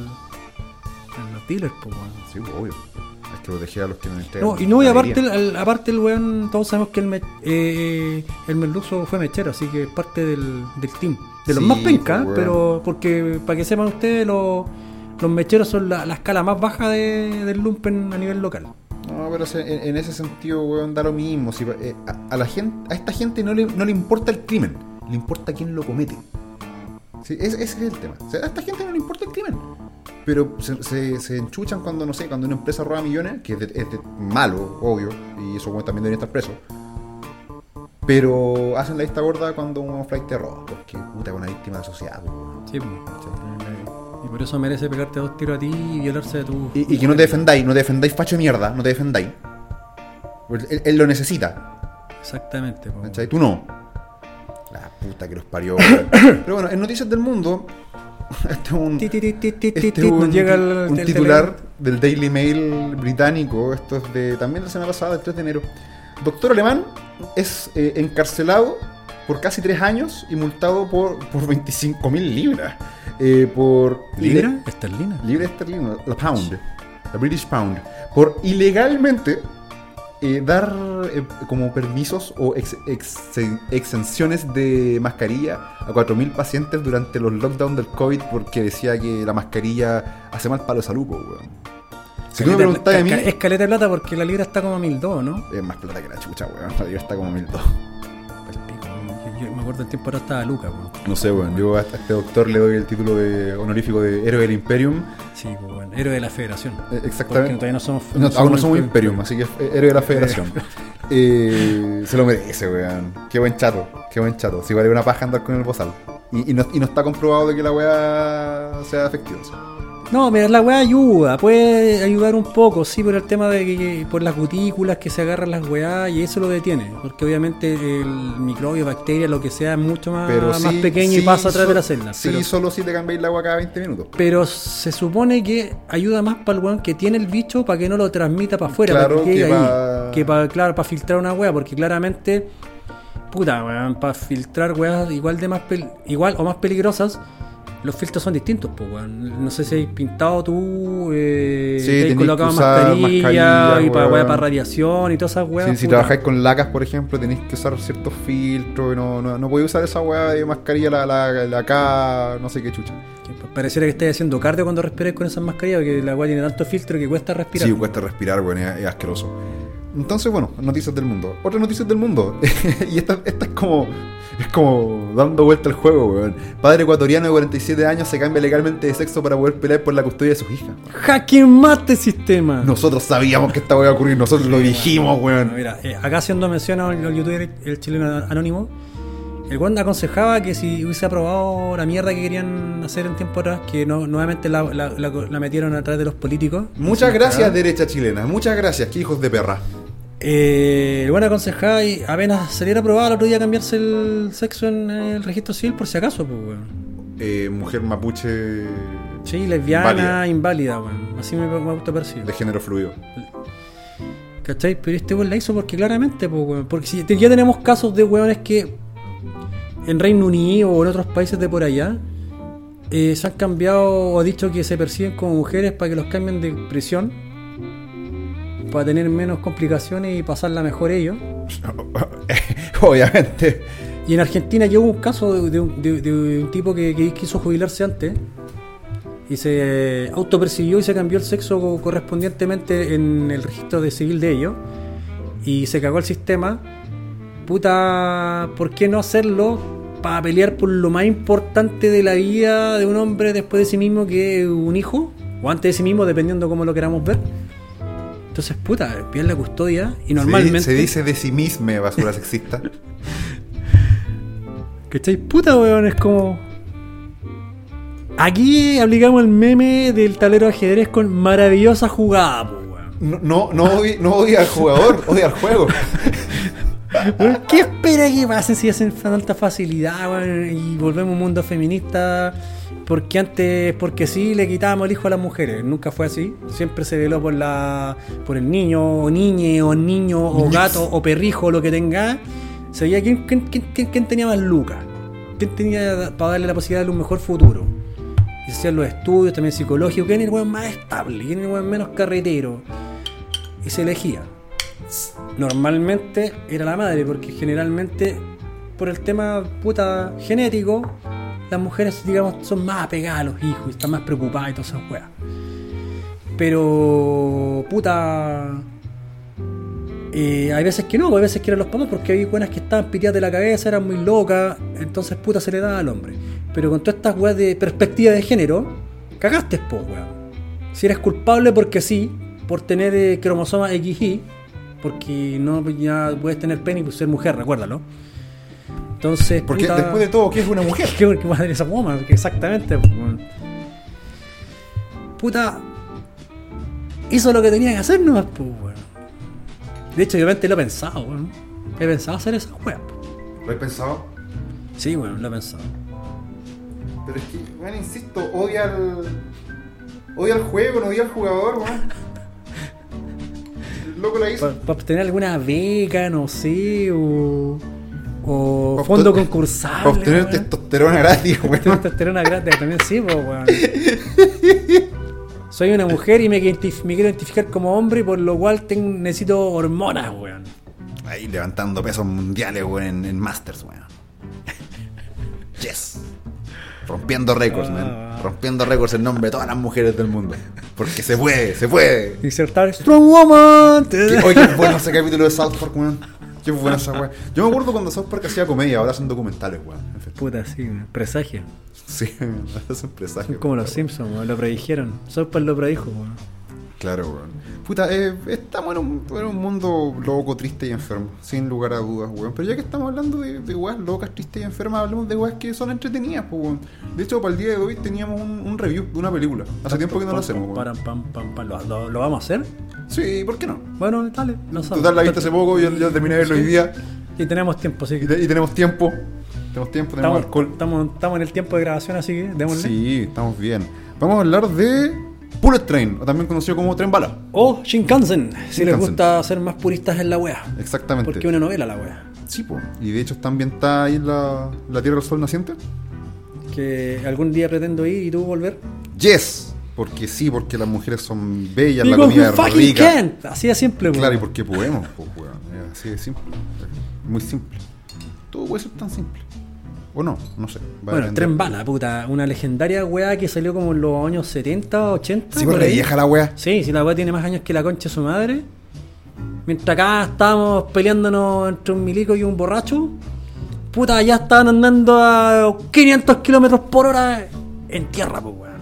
a los dealers, pues, weón. Sí, obvio. Hay que proteger a los que no entregan. No, y no, y la aparte el, alegría. el- aparte el weón, todos sabemos que el, me- eh, el merluzo fue mechero, así que es parte del, del team. De los Sí, más pencas, pues, weón. pero porque, para que sepan ustedes, los, los mecheros son la, la escala más baja de, del lumpen a nivel local. No, pero se- en, en ese sentido, weón, da lo mismo. Si, eh, a, a la gente, a esta gente no le, no le importa el crimen, le importa quién lo comete. Sí, ese, ese es el tema. O sea, a esta gente no le importa el crimen. Pero se, se, se enchuchan cuando, no sé, cuando una empresa roba millones, que es, de, es de malo, obvio, y eso weón, también debería estar preso. Pero hacen la vista gorda cuando un flight te roba, porque puta es una víctima de la sociedad, weón. Sí, pues. Y por eso merece pegarte dos tiros a ti y violarse de tu. Y, y que no te defendáis, no te defendáis facho de mierda, no te defendáis. Porque Él, él lo necesita, Exactamente, pues. ¿cachai? Tú no. La puta que los parió, weón. Pero bueno, en Noticias del Mundo, este es un, Ti, ti, ti, ti, ti, este ti, es un, nos llega el, un el titular del Daily Mail británico. Esto es de también de la semana pasada, del tres de enero. Doctor alemán es eh, encarcelado por casi tres años y multado por, por veinticinco mil libras. Eh, por ¿Libra? Esterlina. Libra esterlina, la pound, la British pound, por ilegalmente eh, dar eh, como permisos o ex, ex, exenciones de mascarilla a cuatro mil pacientes durante los lockdowns del COVID porque decía que la mascarilla hace mal para la salud, pues, weón. Si tú me preguntás a mí... Es caleta de plata porque la libra está como a mil dos, ¿no? Es más plata que la chucha, weón. La libra está como a mil dos. Yo, yo me acuerdo el tiempo ahora estaba Luca, weón. No sé, weón. Yo a este doctor le doy el título de honorífico de Héroe del Imperium. Sí, pues bueno. Héroe de la Federación. Eh, exactamente. Porque todavía no somos... No, aún no somos Imperium, así que es Héroe de la Federación. eh, se lo merece, weón. Qué buen chato. Qué buen chato. Si vale una paja andar con el bozal. Y, y, no, y no está comprobado de que la weá sea efectiva. ¿Sí? No, mira, la weá ayuda, puede ayudar un poco, sí, por el tema de que por las cutículas que se agarran las weá y eso lo detiene, porque obviamente el microbio, bacteria, lo que sea es mucho más, pero más sí, pequeño sí, y pasa atrás so, de la celda. Sí, pero, solo si te cambiáis la agua cada veinte minutos. Pero se supone que ayuda más para el weón que tiene el bicho para que no lo transmita para afuera, claro, para que quede que ahí, pa... que para claro, para filtrar una weá, porque claramente, puta, weón, para filtrar weas igual de más pel- igual o más peligrosas. Los filtros son distintos, pues, weón. No sé si has pintado tú, eh, sí, te has colocado mascarilla, mascarilla y para, para radiación y todas esas weas. Sí, si trabajáis con lacas, por ejemplo, tenéis que usar ciertos filtros. No, no, no podéis usar esa wea de mascarilla, la, la, la K, no sé qué chucha. Sí, pues pareciera que estáis haciendo cardio cuando respiráis con esas mascarillas, porque la wea tiene tanto filtro que cuesta respirar. Sí, cuesta respirar, weón, es, es asqueroso. Entonces, bueno, noticias del mundo. Otras noticias del mundo. Y esta, esta es como... Es como dando vuelta al juego, weón. Padre ecuatoriano de cuarenta y siete años se cambia legalmente de sexo para poder pelear por la custodia de sus hijas. ¡Jaque mate sistema! Nosotros sabíamos que esta weá iba a ocurrir, nosotros lo dijimos, weón. Bueno, mira, eh, acá haciendo mención al youtuber, el chileno anónimo, el weón aconsejaba que si hubiese aprobado la mierda que querían hacer en tiempo atrás, que no, nuevamente la, la, la, la metieron a través de los políticos. Muchas gracias, derecha chilena. Muchas gracias, que hijos de perra. Eh, el buen aconsejaba y apenas saliera aprobado el otro día cambiarse el sexo en el registro civil por si acaso, pues, weón. Eh, mujer mapuche. Sí, lesbiana, inválida, weón. Así me, me autopercibo. De género fluido. ¿Cachai? Pero este weón la hizo porque claramente, pues, weón. Porque si ya tenemos casos de weones que en Reino Unido o en otros países de por allá eh, se han cambiado o dicho que se perciben como mujeres para que los cambien de prisión, para tener menos complicaciones y pasarla mejor ellos. Obviamente. Y en Argentina ya hubo un caso de, de, de, de un tipo que, que quiso jubilarse antes y se autopercibió y se cambió el sexo correspondientemente en el registro de civil de ellos y se cagó el sistema. Puta, ¿por qué no hacerlo para pelear por lo más importante de la vida de un hombre después de sí mismo, que es un hijo? O antes de sí mismo, dependiendo cómo lo queramos ver. Entonces, puta, piden la custodia y normalmente... Se, se dice de sí misma, basura sexista. ¿Cachai? Puta, weón, es como... Aquí aplicamos el meme del tablero de ajedrez con maravillosa jugada, po, weón. No, no, no, odia, no odia al jugador, odia al juego. ¿Qué espera que pase si hacen tanta facilidad, weón, y volvemos a un mundo feminista? Porque antes, porque sí, le quitábamos el hijo a las mujeres. Nunca fue así. Siempre se veló por la por el niño, o niñe, o niño, o gato, o perrijo, o lo que tenga. Se veía quién, quién, quién, quién tenía más lucas. Quién tenía para darle la posibilidad de darle un mejor futuro. Y se hacían los estudios también psicológicos. ¿Quién era el weón más estable? ¿Quién era el weón menos carretero? Y se elegía. Normalmente era la madre, porque generalmente, por el tema puta genético, las mujeres, digamos, son más apegadas a los hijos y están más preocupadas y todas esas weas. Pero, puta, eh, hay veces que no, hay veces que eran los papás, porque hay buenas que estaban piteadas de la cabeza, eran muy locas, entonces puta se le daba al hombre. Pero con todas estas weas de perspectiva de género, cagaste, po, weón. Si eres culpable porque sí, por tener eh, cromosoma equis y, porque no ya puedes tener pene y ser mujer, recuérdalo. Entonces, porque puta, después de todo, ¿qué es una mujer? ¿Qué, qué madre esa woman? Exactamente, bueno. Puta, hizo lo que tenía que hacer nomás, pues, bueno. De hecho, obviamente lo he pensado, bueno. He pensado hacer esa wea, pues. ¿Lo he pensado? Sí, bueno, lo he pensado. Pero es que, bueno, insisto, odia al. Odia al juego, no odia al jugador, weón. El loco la hizo. Para pa obtener alguna beca, no sé, o. O pa fondo obten- concursable. Para obtener weón. testosterona gratis, weón. Testosterona gratis también, sí, pues, weón. Soy una mujer y me, identif- me quiero identificar como hombre, por lo cual tengo, necesito hormonas, weón. Ahí levantando pesos mundiales, weón, en, en Masters, weón. Yes. Rompiendo récords, Ah. man. Rompiendo récords en nombre de todas las mujeres del mundo. Porque se puede, se puede. Insertar Strong Woman. ¿Qué- Oye, qué bueno ese capítulo de South Park, weón. Qué buena esa weón. Yo me acuerdo cuando South Park hacía comedia, ahora hacen documentales, weón. En fin. Puta, sí, un presagio. Sí, ahora hacen presagio. Son como los weón. Simpsons, weón, lo predijeron. South Park lo predijo, weón. Claro, weón. Puta, eh, estamos en un, en un mundo loco, triste y enfermo, sin lugar a dudas, weón. Pero ya que estamos hablando de, de weas locas, tristes y enfermas, hablemos de weas que son entretenidas, pues, weón. De hecho, para el día de hoy teníamos un, un review de una película. Hace tiempo que no lo hacemos, weón. Pam, pam, pam, pam. ¿Lo, lo, lo vamos a hacer? Sí, ¿por qué no? Bueno, dale, lo sabes. Total, la viste hace poco, yo, yo terminé de verlo hoy día. Y tenemos tiempo, así Y, que. te- y tenemos tiempo. Tenemos tiempo, tenemos Estamos, alcohol. estamos, estamos en el tiempo de grabación, así que démosle. Sí, estamos bien. Vamos a hablar de Bullet Train, o también conocido como Tren Bala. O Shinkansen, si les Shinkansen. gusta ser más puristas en la wea. Exactamente. Porque es una novela la wea. Sí, po. Y de hecho está ambientada ahí en la, la Tierra del Sol naciente. Que algún día pretendo ir y tú volver. Yes, porque sí, porque las mujeres son bellas, la Because comida we es fucking rica. can't. Así de simple, Claro, y weón. porque podemos, pues, weón. Es así de simple. Muy simple. Todo puede ser tan simple. O no, no sé. Va a Bueno, depender. Tren Bala, puta. Una legendaria wea que salió como en los años setenta, ochenta. Sí, por porque ahí. vieja la wea. Sí, si la weá tiene más años que la concha de su madre. Mientras acá estábamos peleándonos entre un milico y un borracho, puta, allá estaban andando a quinientos kilómetros por hora en tierra, pues weón.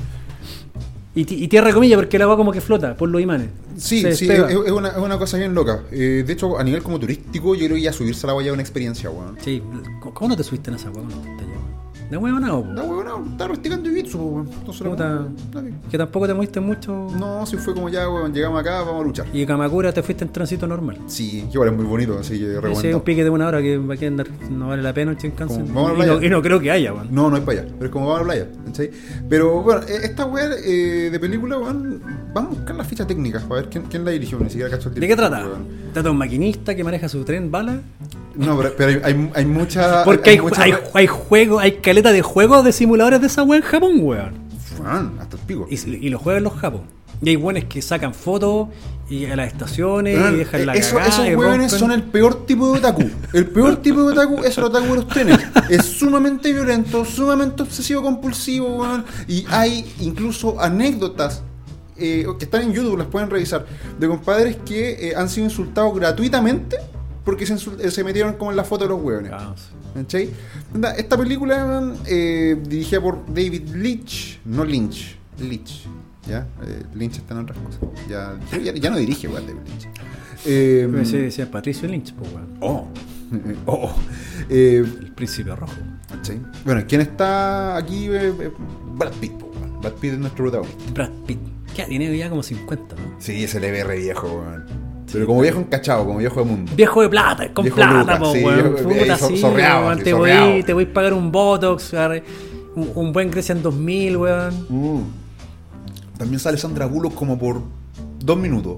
Y, ti- y tierra comilla, porque la agua como que flota por los imanes. Sí, Se sí, es, despega. es una, es una cosa bien loca. Eh, de hecho, a nivel como turístico, yo creo que ya subirse a la wea es una experiencia, weón. Sí, ¿cómo- ¿cómo no te subiste en esa weá? ¿Cómo no te llevas? De huevo no, La weón no, está practicando jiu-jitsu, po, weón. Entonces, la Puta. weón, está bien. Que tampoco te moviste mucho. No, si fue como ya, weón, llegamos acá, vamos a luchar. Y de Kamakura te fuiste en tránsito normal. Sí, que igual es muy bonito, así que Ese es un recomendado. pique de una hora que va a andar, no vale la pena un Shinkansen. Como, vamos a la Y no, playa. y no creo que haya, weón. No, no es para allá, pero es como vamos a la playa, ¿cachai? Pero bueno, eh, esta weá eh, de película, weón, vamos a buscar las fichas técnicas para ver quién, quién la dirigió, ni siquiera cacho el ¿De qué director, trata? weón. ¿Trata de un maquinista que maneja su tren bala? No, pero, pero hay, hay, hay mucha. Porque hay, mucha- hay, hay juego, hay caleta de juegos de simuladores de esa weá en Japón, weón. Weón, hasta el pico. Y, y los juegan los japos. Y hay weones que sacan fotos y a las estaciones Weón, y dejan la eh, eso- cagada esos y weones rompen. son el peor tipo de otaku. El peor tipo de otaku es el otaku de los trenes. Es sumamente violento, sumamente obsesivo compulsivo, weón. Y hay incluso anécdotas eh, que están en YouTube, las pueden revisar, de compadres que eh, han sido insultados gratuitamente porque se, insul- eh, se metieron como en la foto de los weones. Ah, sí. ¿Cachai? Onda, esta película, weón, eh, dirigida por David Leitch, no Lynch, Leitch, ¿ya? Eh, Lynch está en otras cosas. Ya, ya, ya no dirige, weón, David Lynch. Eh, Pero ese decía Patricio Lynch, pues, weón. oh, oh, eh, El príncipe rojo. ¿cachai? Bueno, ¿quién está aquí? Eh, eh, Brad Pitt, po, weón. Brad Pitt es nuestro protagonista. Brad Pitt. ¿Qué? Tiene ya como cincuenta, ¿no? Sí, se le ve re viejo, weón. Pero como viejo encachado, como viejo de mundo. Viejo de plata, con Viejo plata, Lucas, po, sí, weón. viejo- Puta, ahí so- sí, sorreado, weón. así, Te voy, sorreado. te voy a pagar un Botox, agarre, un, un buen Grecian dos mil, weón. Mm. También sale Sandra Bullock como por dos minutos.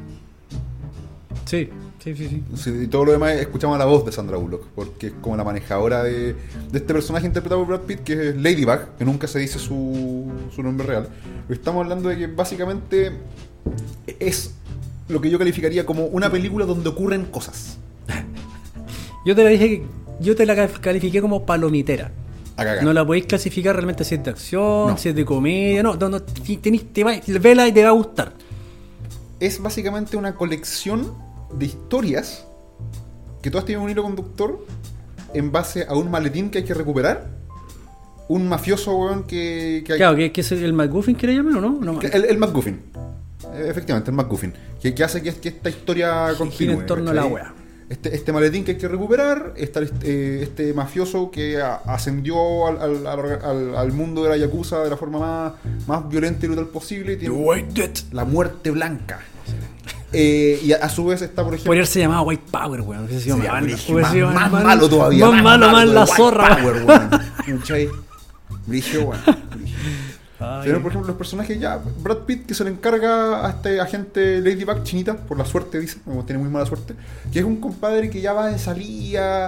Sí, sí, sí, sí. Sí, y todo lo demás escuchamos la voz de Sandra Bullock, porque es como la manejadora de, de este personaje interpretado por Brad Pitt, que es Ladybug, que nunca se dice su, su nombre real. Pero estamos hablando de que básicamente es lo que yo calificaría como una película donde ocurren cosas. Yo te la dije, que- yo te la ca- califiqué como palomitera. A cagar. No la podéis clasificar realmente si es de acción, No. si es de comedia, no, no, no ti- tenís- te va, vela y te va a gustar. Es básicamente una colección de historias que todas tienen un hilo conductor en base a un maletín que hay que recuperar, un mafioso, weón, que, que hay Claro, que, que es el McGuffin que le llaman, ¿o no? no Que- El, el MacGuffin. Eh, Efectivamente, el MacGuffin. Que, que hace que, que esta historia gira continúe. en torno a la ¿cachai? wea. Este, este maletín que hay que recuperar, está este, este mafioso que a- ascendió al, al, al- al- al mundo de la Yakuza de la forma más, más violenta y brutal posible. Y tiene la muerte blanca. Eh, y a, a su vez está, por ejemplo... Podría haberse llamado White Power, weón. Hubiese sido Sí, más, más, hubiese más- sido más malo todavía. Más, malo, más que la White zorra. Power, weón. ¿Cachai? Brígido, weón. Brígido. Ay, Pero, por ejemplo, los personajes ya, Brad Pitt, que se le encarga a este agente Ladybug chinita, por la suerte, dice, como tiene muy mala suerte, que es un compadre que ya va de salida,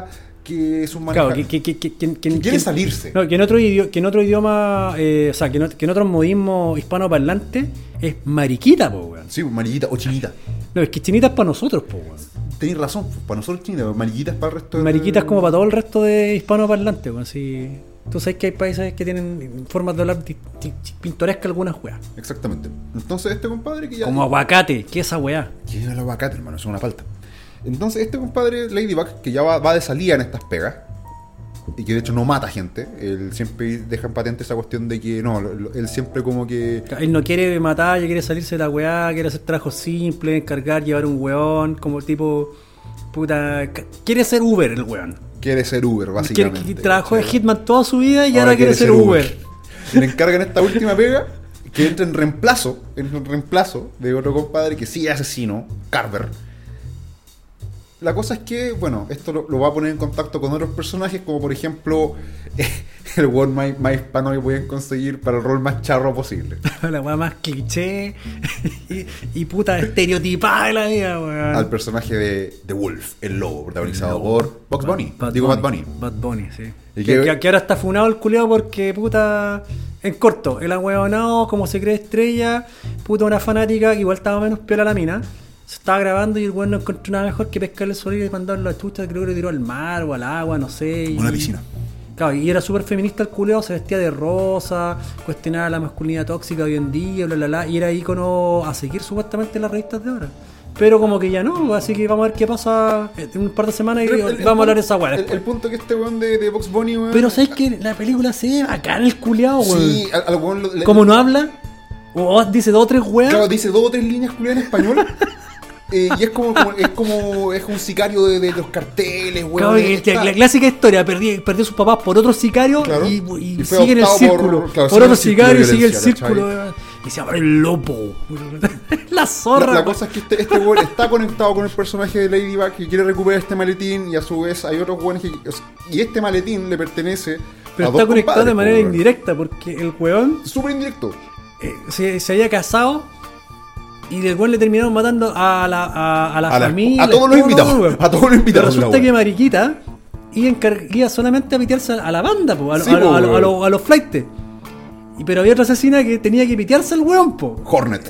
que es un manejar. Claro, que, que, que, que, que, que quiere que, salirse. No, que en otro idioma, que en otro idioma eh, o sea, que, no, que en otro modismo hispanoparlante es mariquita, po, weón. Sí, mariquita o chinita. No, es que chinita es para nosotros, po, weón. Tenéis razón, para nosotros chinita, mariquita es para el resto de... Mariquita es como para todo el resto de hispanoparlantes, weón. Si... Tú sabes que hay países que tienen formas de hablar di- di- pintorescas algunas weas. Exactamente. Entonces este compadre que ya... Como aguacate, ¿qué es esa weá? ¿Qué es el aguacate, hermano? Es una palta. Entonces este compadre Ladybug, que ya va, va de salida en estas pegas, y que de hecho no mata gente, él siempre deja en patente esa cuestión de que no, lo- lo- él siempre como que... Él no quiere matar, quiere salirse de la weá, quiere hacer trabajos simples, encargar, llevar un weón, como tipo... Puta... Quiere ser Uber el weón. Quiere ser Uber, Quiere, básicamente. que trabajó de ¿cachai? Hitman toda su vida y ahora, quiere, ser Uber. Y le encargan esta última pega que entra en reemplazo, en un reemplazo de otro compadre que sí es asesino, Carver. La cosa es que, bueno, esto lo, lo va a poner en contacto con otros personajes, como por ejemplo, el weón más, más hispano que pueden conseguir para el rol más charro posible. La weá más cliché y, y puta estereotipada de la vida, weón. Al personaje de The Wolf, el lobo, protagonizado El lobo. por Bugs Bunny. Bad Digo Bad Bunny. Bad Bunny, sí. Y Que, que- que- que ahora está funado el culiao porque, puta, en corto, el ahueonado, como se cree estrella, puta, una fanática que igual estaba menos piola la mina. Se estaba grabando y el weón no encontró nada mejor que pescarle el solito y mandarlo a la chucha, creo que lo tiró al mar o al agua, no sé. Y, Una piscina. Claro, y era súper feminista el culiao, se vestía de rosa, cuestionaba la masculinidad tóxica hoy en día, bla, bla, bla, y era ícono a seguir supuestamente en las revistas de ahora. Pero como que ya no, así que vamos a ver qué pasa en un par de semanas y El- el- vamos a hablar de esa el, weá el, después. el punto que este weón de, de Bugs Bunny, weón. Pero sabes que la película se ve bacán el culiao, weón. Sí, al, al weón lo- le- Como no habla, o dice dos o tres weas. Claro, dice dos o tres líneas culiadas en español. eh, y es como, como- es como es un sicario de, de los carteles, weón. Claro, que- Está- que la clásica historia, perdió, perdió a sus papás por otros sicarios Claro. y, y Y fue sigue en el adoptado por- círculo. Por, claro, sigue otros el círculo de sicarios y sigue el violencia, círculo. ¿cachai? de- Y se llama el lobo. La zorra. La, la cosa es que este, este weón está conectado con el personaje de Ladybug que quiere recuperar este maletín y a su vez hay otros weones que... Y este maletín le pertenece Pero a está dos conectado de compadres, manera weón. indirecta porque el weón Súper indirecto. eh, se, se había casado y el weón le terminaron matando a la, a, a la A la- familia. a todos los todo, invitados, weón. a todos los invitados Pero de la resulta weá. que Mariquita iba, encar- iba solamente a pitearse a la banda, po, a, Sí, a- po, a- a- a- weón. los- a los flightes. Y pero había otra asesina que tenía que pitearse al weón, po. Hornet.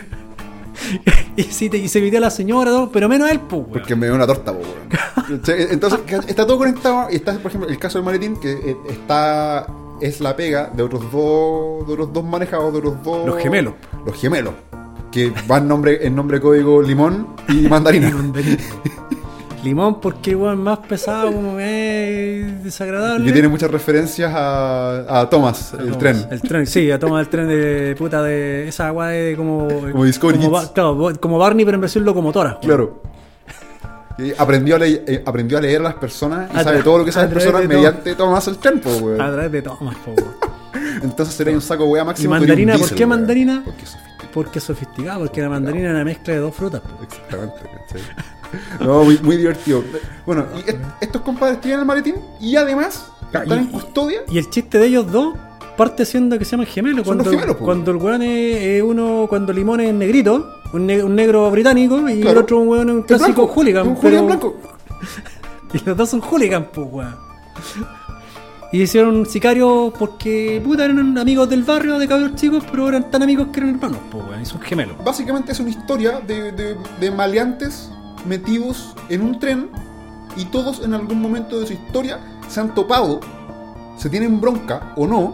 y, sí, te- y se piteó a la señora, todo, pero menos él, po, weón. Porque me dio una torta, po, weón. Entonces, está todo conectado. Y está, por ejemplo, el caso del maletín, que eh, está. Es la pega de otros dos. De otros dos manejados, de otros dos. Los gemelos. Los gemelos. Que van nombre, en nombre código limón y mandarina. Limón, porque weón más pesado, como es desagradable. Y que tiene muchas referencias a, a Thomas, el Thomas, tren. El tren, sí, a Thomas el tren de puta de esa agua de como. Como Discovery como, Kids. Ba- claro, bo- como Barney, pero en versión locomotora. Claro. Y aprendió, a le- eh, aprendió a leer a las personas y A sabe tra- todo lo que saben a las través personas de todo. mediante Thomas el tren, po, weón. A través de Thomas, po, weón. Entonces sería un saco wea máximo. ¿Y tú eres un mandarina? ¿Por diésel, qué weón. mandarina? Porque es sofisticado. Porque es sofisticado, porque la mandarina es una mezcla de dos frutas. po. Exactamente, ¿cachai? No, muy, muy divertido. Bueno, y est- estos compadres tienen el maletín y además están y- en custodia. Y el chiste de ellos dos parte siendo que se llaman gemelos. Son Cuando, los gemelos, po. cuando el weón es, es uno, cuando Limón es negrito, un, ne- un negro británico, y Claro. el otro un weón es un Es clásico blanco, hooligan. un pero- hooligan blanco. Y los dos son hooligans, pues, weón. Y hicieron sicario porque, puta, eran amigos del barrio de cabros chicos, pero eran tan amigos que eran hermanos, pues, weón. Y son gemelos. Básicamente es una historia de, de, de maleantes metidos en un tren y todos en algún momento de su historia se han topado, se tienen bronca o no,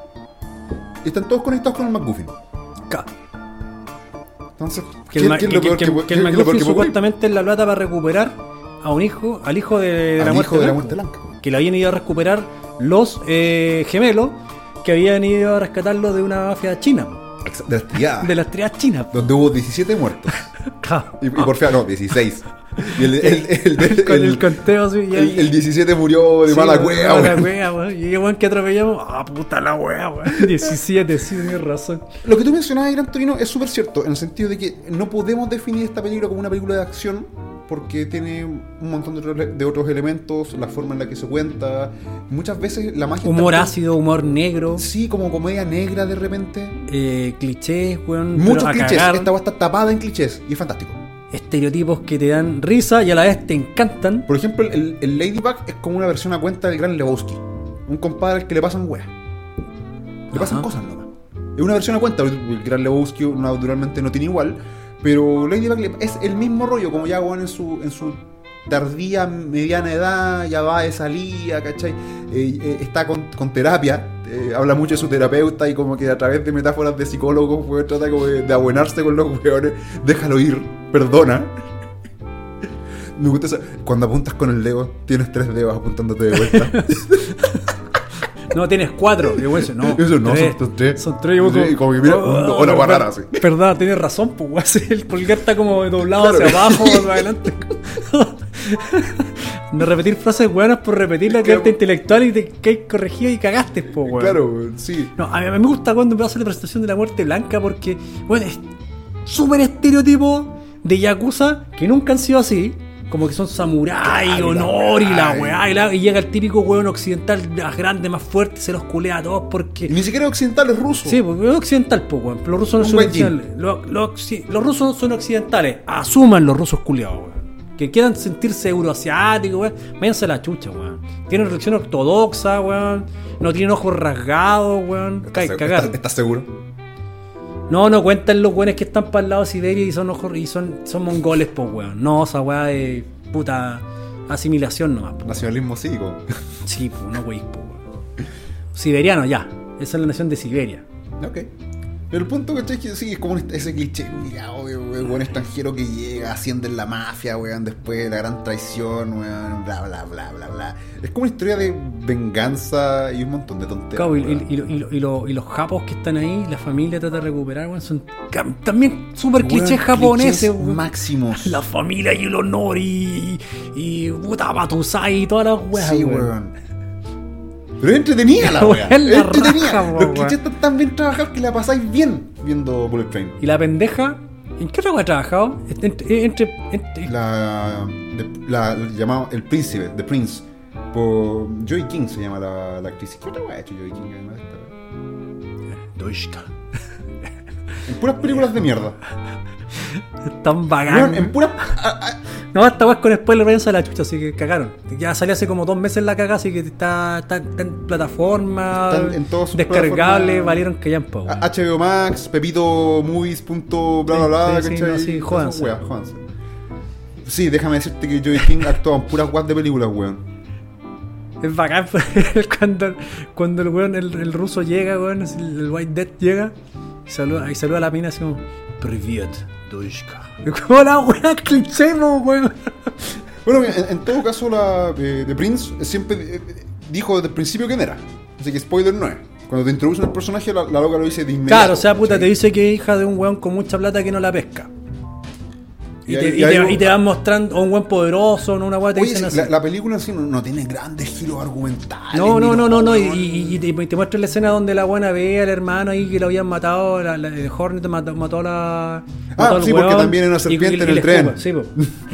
y están todos conectados con el McGuffin. Ca- Entonces, Que el, ma- ¿qué es que- lo peor que- que, que qué el es lo peor McGuffin que puede ocurrir? supuestamente es la plata para recuperar a un hijo, al hijo de, de Al la muerte hijo de la blanca, muerte blanca. que le habían ido a recuperar los eh, gemelos que habían ido a rescatarlo de una mafia china, po, De las triadas, de las triadas chinas. po. donde hubo diecisiete muertos. Claro. Y, y por fea, no, dieciséis. Y el, el, el, el, Con el, el- conteo así, ya- el- el diecisiete murió de Sí, mala weón, cueva, mala weón. wea, weón. Y el weón que atropellamos, ah, puta la wea, weón. diecisiete, sí, tienes razón. Lo que tú mencionabas, Gran Torino, es súper cierto, en el sentido de que no podemos definir esta película como una película de acción porque tiene un montón de otros, de otros elementos, la forma en la que se cuenta. Muchas veces la magia... Humor está- ácido, humor negro, Sí, como comedia negra de repente. eh, clichés, weón. Muchos pero a clichés. cagar. Esta va a estar tapada en clichés y es fantástico. estereotipos que te dan risa y a la vez te encantan. Por ejemplo, el, el Ladybug es como una versión a cuenta del Gran Lebowski. Un compadre al que le pasan weas. Le pasan Ajá. cosas nomás. Es una versión a cuenta. El Gran Lebowski naturalmente no tiene igual. Pero Ladybug es el mismo rollo. Como ya weón en su, en su tardía, mediana edad, ya va de salida, ¿cachai? Eh, eh, está con, con terapia. Eh, habla mucho de su terapeuta y como que a través de metáforas de psicólogos, weón, trata como de, de abuenarse con los weones. Déjalo ir, perdona. Me gusta eso. Cuando apuntas con el dedo, tienes tres dedos apuntándote de vuelta. No, tienes cuatro. Y bueno, no, Eso no, tres. son tres. Son tres. Y vos Sí, como que mira, oh, una guarda rara así. Verdad, tienes razón, pues, weón. Sí, el pulgar está como doblado Claro. hacia abajo, hacia adelante. De repetir frases buenas por repetirlas, Claro. quedarte intelectual y te caes corregido y cagaste, pues, weón. Claro, weón, sí. No, a mí, a mí me gusta cuando me hace la presentación de la muerte blanca porque, bueno, es súper estereotipo de yakuza que nunca han sido así. Como que son samurái, Claro, honor y la weá, weá, y, la- y llega el típico weón occidental más grande, más fuerte, se los culea a todos Y porque. ni siquiera occidental es ruso. Sí, porque es occidental, pues, weón. Pero los rusos no Un son buen occidentales. Los, los occi- los rusos son occidentales. Asuman los rusos culiados, weón. Que quieran sentirse euroasiáticos, weón. Váyanse a la chucha, weón. Tienen religión ortodoxa, weón. No tienen ojos rasgados, weón. Ca- ¿Estás, Cagar. estás- estás seguro? No, no cuentan los weones que están para el lado de Siberia y son ojos y son, son mongoles, pues, weón. No, esa weá de puta asimilación nomás, po. Nacionalismo cívico. Sí, pues, no weís, pues, weón. Siberiano, ya. Esa es la nación de Siberia. Ok. Pero el punto que es que sí, es como ese cliché, mira, obvio, el buen extranjero que llega, asciende en la mafia, weón, después la gran traición, weón, bla, bla, bla, bla, bla. Es como una historia de venganza y un montón de tonterías. Claro, y, weón. y- y- y- y lo- y los japos que están ahí, la familia trata de recuperar, weón, son cam- también súper clichés Weón, japoneses, clichés weón. máximos. La familia y el honor y. y. puta Batusai y todas las weas, Sí, weón. weón. Pero es entretenida la Weón, weá. la Es entretenida. raja, Los weón. clichés están tan bien trabajados que la pasáis bien viendo Bullet Train. Y la pendeja, ¿en qué otra wea ha trabajado? Entre. entre, entre- La, de- la, la llamado El Príncipe, The Prince, por Joey King se llama la, la actriz. ¿Qué otra weá ha hecho Joey King además de esta weá? Doishka. En puras películas de mierda. Es tan bacán. Weón, en puras. a- a- No, esta weá es con spoiler, váyanse a la chucha, así que cagaron. Ya salió hace como dos meses la caga, así que está, está, está en plataforma, Están en todas sus descargable, plataformas. valieron que ya en po, a- H B O Max, Pepito Movies, punto bla bla bla. Sí, sí, ¿cachai? no, sí, Todas jódanse. esas weas, jódanse. Sí, déjame decirte que Joey King actuaba en puras weas de películas, weón. Es bacán cuando, cuando el weón, el, el ruso llega, weón, así, el, el White Death llega y saluda, y saluda a la mina así como Privet, Doishka. Es como la weá cliché, po, weón. Bueno, en, en todo caso, la eh, The Prince siempre eh, dijo desde el principio quién era. Así que spoiler no es. Cuando te introducen el personaje, la, la loca lo dice de inmediato. Claro, o sea, puta, te ¿cachai? dice que es hija de un weón con mucha plata que no la pesca. Y, Y te, ahí- y y ahí- te- y te van mostrando a un buen poderoso, no una weá te Oye, dicen sí, así. la, la película en sí no, no tiene grandes giros argumentales. No, ni no, no, no, no, y, no, y- y te, y te muestran la escena donde la buena ve al hermano ahí que lo habían matado, la, la, el Hornet mató, mató a la... mató al sí, porque weón también era una y- serpiente y- en y el le tren. escupa, sí, po.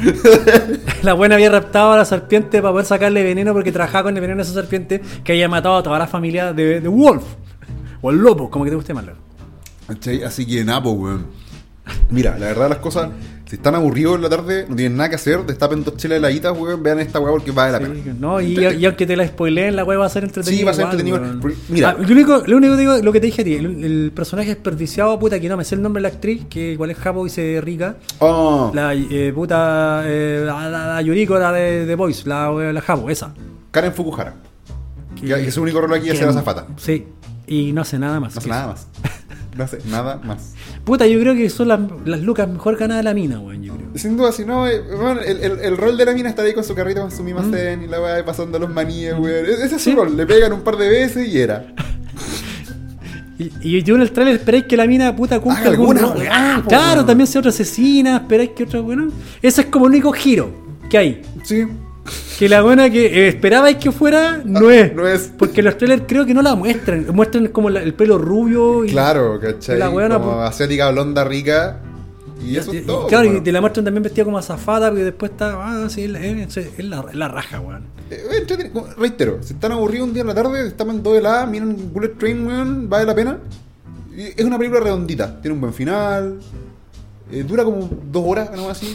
La buena había raptado a la serpiente para poder sacarle veneno porque trabajaba con el veneno de esa serpiente que había matado a toda la familia de, de Wolf. O el lobo, como que te guste más. ¿Cachai? Así que nada, pues, weón. Mira, la verdad de las cosas, si están aburridos en la tarde, no tienen nada que hacer, destapen dos chelas heladitas, weón, vean esta weá porque vale la pena. Sí, no, y, y aunque te la spoileen, la weá va a ser entretenida. Sí, va a ser igual, entretenido. weón. Porque, mira. Ah, lo único, lo único que digo, lo que te dije a ti, el, el personaje desperdiciado, puta, que no me sé el nombre de la actriz, que igual es japo y se ve rica. Oh, La eh, puta eh, la, la, la Yuriko, la de The Voice, la, la japo, esa. Karen Fukuhara. Que, que su único rol aquí es ser azafata. Sí, y no hace nada más. No hace que nada eso. más. No hace nada más. Puta, yo creo que son las, las lucas mejor ganadas de la mina, weón, yo creo. Sin duda, si no, eh, bueno, el, el, el rol de la mina está ahí con su carrito, con su mimasen Mm. y la weá pasando los maníes, weón. E- Ese es Sí. su rol, le pegan un par de veces y era. Y, y yo en el trailer esperáis que la mina puta cumpla Haga algún alguna rol. weá, po, Claro, weón. también sea otra asesina, esperáis que otra, bueno. Ese es como el único giro que hay. Sí. Que la buena que eh, esperabais que fuera, no Ah, es. no es. Porque los trailers creo que no la muestran. Muestran como la- el pelo rubio y. Claro, ¿cachai? La weona, como po- asiática, blonda, rica. Y eso y- es y- todo. claro, bueno. y te la muestran también vestida como azafata, porque después está. Ah, sí, es, la- es- es la, es la raja, weón. Eh, entreten- como- reitero, si están aburridos un día en la tarde, están en dos de la, miren Bullet Train, weón, vale la pena. Y es una película redondita, tiene un buen final. eh, dura como dos horas, algo así.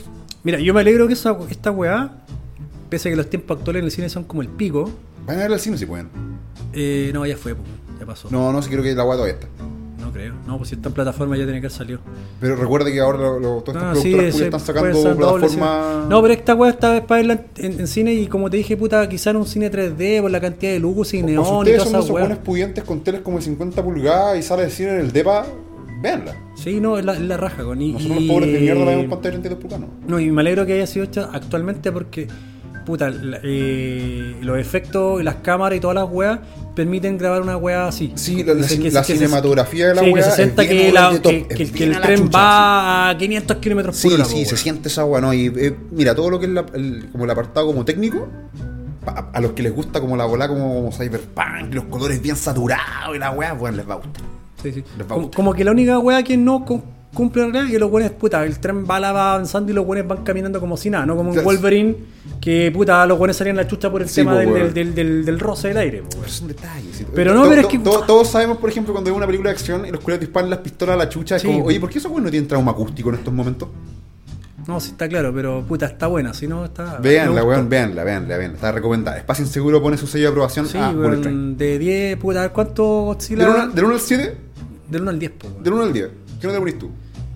Mira, yo me alegro que esa, esta weá, pese a que los tiempos actuales en el cine son como el pico. Van a ver al cine si pueden. Eh, no, ya fue, po, ya pasó. No, no, sí creo que la weá todavía está. No creo. No, pues si está en plataforma ya tiene que haber salido. Pero recuerda que ahora lo, lo, todas estas Ah, productoras sí, culias sí, están puede sacando ser doble, plataformas. sí. No, pero esta weá está para verla en, en, en cine y como te dije, puta, quizá en un cine tres D por la cantidad de lujos y O si neón y ustedes todas son de esas esos weas. buenos pudientes con teles como de cincuenta pulgadas y sala de cine en el DEPA, véanla. Sí, no, es la, es la raja con y, Nosotros y- los pobres de mierda la vemos en pantalla de treinta y dos pulgadas, ¿no? No, y me alegro que haya sido hecha actualmente porque, puta, la- eh, los efectos y las cámaras y todas las weas permiten grabar una wea así. Sí, la, la, Que se- que la se- que se- cinematografía de la sí, wea que se sienta es bien que, over la- the top, que, es que- que bien el a la tren chucha, va a quinientos kilómetros sí. por hora. Sí, po, sí, se weón. siente esa wea, ¿no? Y eh, mira, todo lo que es la- el, como el apartado como técnico, a, a los que les gusta como la bola como, como cyberpunk, los colores bien saturados y la wea, bueno, les va a gustar. Sí, sí. Les va a Como, gustar. como que la única weá que no cu- cumple la realidad es que los buenos, puta, el tren bala va avanzando y los buenos van caminando como si nada, no como un Claro. Wolverine que, puta, los buenos salían la chucha por el Sí, tema po, del, weón. del, del, del, del roce del aire, po, Pero weón. es un detalle. sí. Pero no, To- pero es to- que- to- Todos sabemos, por ejemplo, cuando hay una película de acción y los culiados disparan las pistolas a la chucha, es Sí. como, oye, ¿por qué esos güeyes no tienen trauma acústico en estos momentos? No, sí está claro, pero puta, está buena, si no está... Veanla, me gustó. weón, veanla, veanla, veanla. Está recomendada. Espacio Inseguro pone su sello de aprobación Sí, a Bullet Train. weón, de diez, puta, a ver cuánto Godzilla... Del uno, del uno al siete, Del uno al diez, po, weón. del uno al diez. ¿Qué no te ponís tú?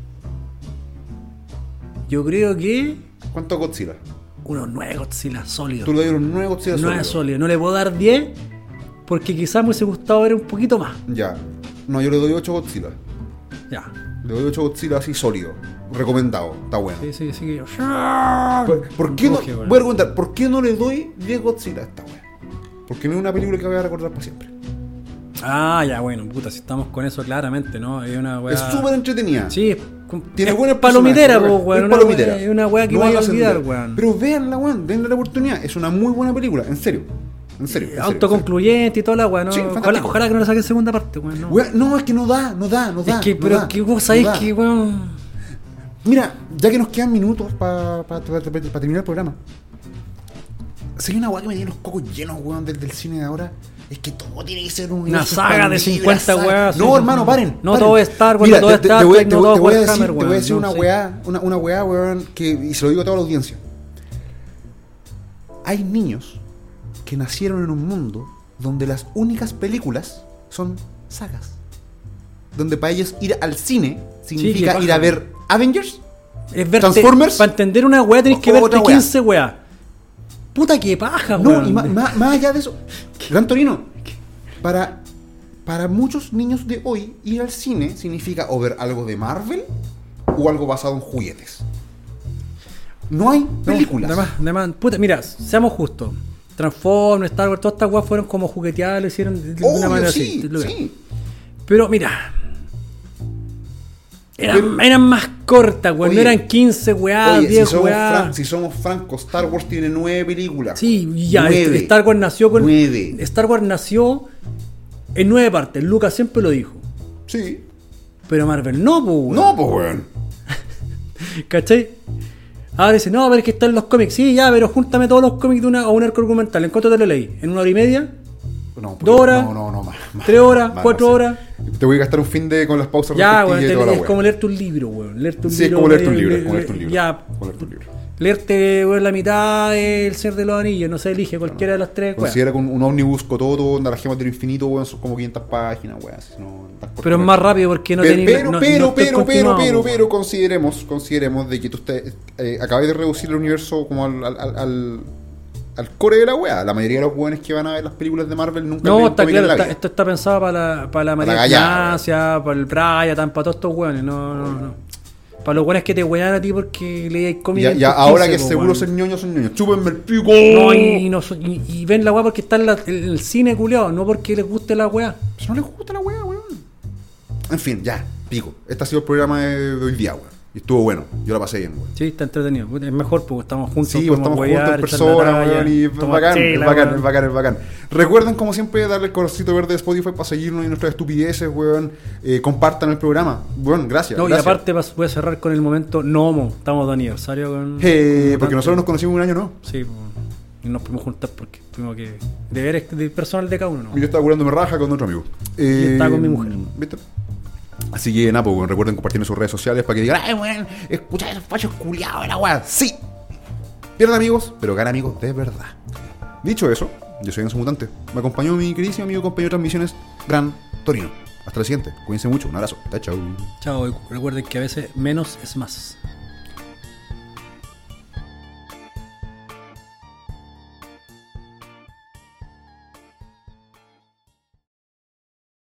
Yo creo que... ¿Cuánto Godzilla? Unos nueve Godzilla sólidos. Tú le das un nueve Godzilla nueve sólido. sólidos. No le puedo dar diez porque quizás me hubiese gustado ver un poquito más. Ya. No, yo le doy ocho Godzilla. Ya. Le doy ocho Godzilla así sólido. Recomendado. Está bueno. Sí, sí, sí. ¿Por, por qué no? Coge, weón. Voy a preguntar, ¿por qué no le doy diez Godzilla a esta wea? Porque no es una película que voy a recordar para siempre. Ah, ya, bueno, puta, si estamos con eso claramente, ¿no? Es una weá... Es súper entretenida. Sí, es, com- Tiene es buenas palomitera, po, personajes, weón. es Una palomitera. weá- Es una weá que No vaya a hagas olvidar, entender. weón. Pero véanla, weón, denle la oportunidad. Es una muy buena película, en serio. En serio. en serio. Autoconcluyente y toda la weá, ¿no? Sí, ojalá, fantástico. ojalá que no le saquen segunda parte, weón. No, Weón, no, es que no da, no da, no da. es que, no pero da, que vos no sabés da. que, weón. Mira, ya que nos quedan minutos para pa, pa, pa- pa terminar el programa. Si hay una weá que me tiene los cocos llenos, weón, del, del cine de ahora. Es que todo tiene que ser un Una universo saga de expandible, cincuenta saga. weas, No, sí, hermano, sí. paren. No paren. todo es Star Wars, Mira, no todo es te- te Star voy a- Trek, te no voy- todo te es voy a decir, Warhammer, te voy a weón, decir no, una sí. weá, una, una weá, weón, que, y se lo digo a toda la audiencia. Hay niños que nacieron en un mundo donde las únicas películas son sagas. Donde para ellos ir al cine significa qué ir a paja. ver Avengers. Es verte, Transformers. para entender una weá tenés que O- verte otra weá. quince weá. Puta que paja, No, weón. y ma- ma- más allá de eso, Gran Torino, para, para muchos niños de hoy, ir al cine significa o ver algo de Marvel o algo basado en juguetes. No hay No, películas. además, además, puta, mira, seamos justos. Transformers, Star Wars, todas estas weas fueron como jugueteadas, lo hicieron de, de una Obvio, manera sí, así. lo- sí. Pero mira, eran, Pero- eran más cortas, weón. No Oye, eran quince weá, Oye, si diez somos, weá. fran- si somos francos, Star Wars tiene nueve películas. Sí, y ya, Nueve. Star Wars nació con. Nueve. Star Wars nació en nueve partes. Lucas siempre lo dijo. Sí. Pero Marvel no, pues, weón. No, pues, weón. ¿Cachai? Ahora dice, no, pero es que están los cómics. Sí, ya, pero júntame todos los cómics de una, o un arco argumental. ¿En cuánto te lo leí? ¿En una hora y media? No, porque- ¿Dos horas? No, no, no, más. más, ¿Tres horas? más, ¿Cuatro sí. horas? Te voy a gastar un fin de con las pausas Ya, respectivas weón, y te- toda la es weá. como leerte un libro, weón. Leerte un Sí, es libro. como leerte un le- libro, le- es como leerte un libro. Ya, Como leerte un libro. leerte, weón, la mitad del Señor de los Anillos. No se elige cualquiera de las tres, weón. Considera que un, un ómnibus cototo, donde las gemas del infinito, weón, son como quinientas páginas, weón. así, no, tan corto, Pero es weón. más rápido porque no pero, tenéis. pero, no- no pero, está pero, pero, continuado, pero, weón. pero, consideremos, consideremos de que tú usted, eh, acabáis de reducir el universo como al, al, al, al, al core de la weá. La mayoría de los weones que van a ver las películas de Marvel nunca No, leen está cómic en claro, la está- vida. esto está pensado para la, para la María la gallada, Ignacia, para el Brian, para todos estos weones. No, no, no. Para los weones que te wean a ti porque leíais cómics. Ya, en ya tus ahora quince, que po, seguro weón. ser ñoños son ñoños. Chúpenme el pico. No, y, no so- y, y ven la weá porque está en, la- en el cine culiado, no porque les guste la weá. Pues no les gusta la weá, weón. En fin, ya, pico. Este ha sido el programa de, de hoy día, weón. Y estuvo bueno. Yo la pasé bien, weón. Sí, está entretenido. Es mejor porque estamos juntos. Sí, pues podemos estamos huevear, juntos en echar la persona, talla, weón, y es tomar bacán, es chela, bacán, weón. es bacán, es bacán. Recuerden, como siempre, darle el corazoncito verde de Spotify para seguirnos en nuestras estupideces, weón. Eh, compartan el programa. Bueno, gracias. No, y gracias. aparte vas- voy a cerrar con el momento Nomo. Estamos de aniversario con. Eh, con- porque nosotros nos conocimos un año, ¿no? Sí, pues, y nos pudimos juntar porque tuvimos que. Deberes de personal de cada uno, ¿no? Y yo estaba curándome raja con otro amigo. Eh, estaba con mi mujer. ¿Viste? Así que nada, pues, recuerden compartir en sus redes sociales para que digan, ay, weón, escucha esos fachos culiados de la weá. Sí, pierdan amigos, pero ganan amigos de verdad. Dicho eso, yo soy Enzo Mutante. Me acompañó mi queridísimo amigo compañero de transmisiones, Gran Torino. Hasta la siguiente, cuídense mucho, un abrazo. Chao, chao. Chao, y recuerden que a veces menos es más.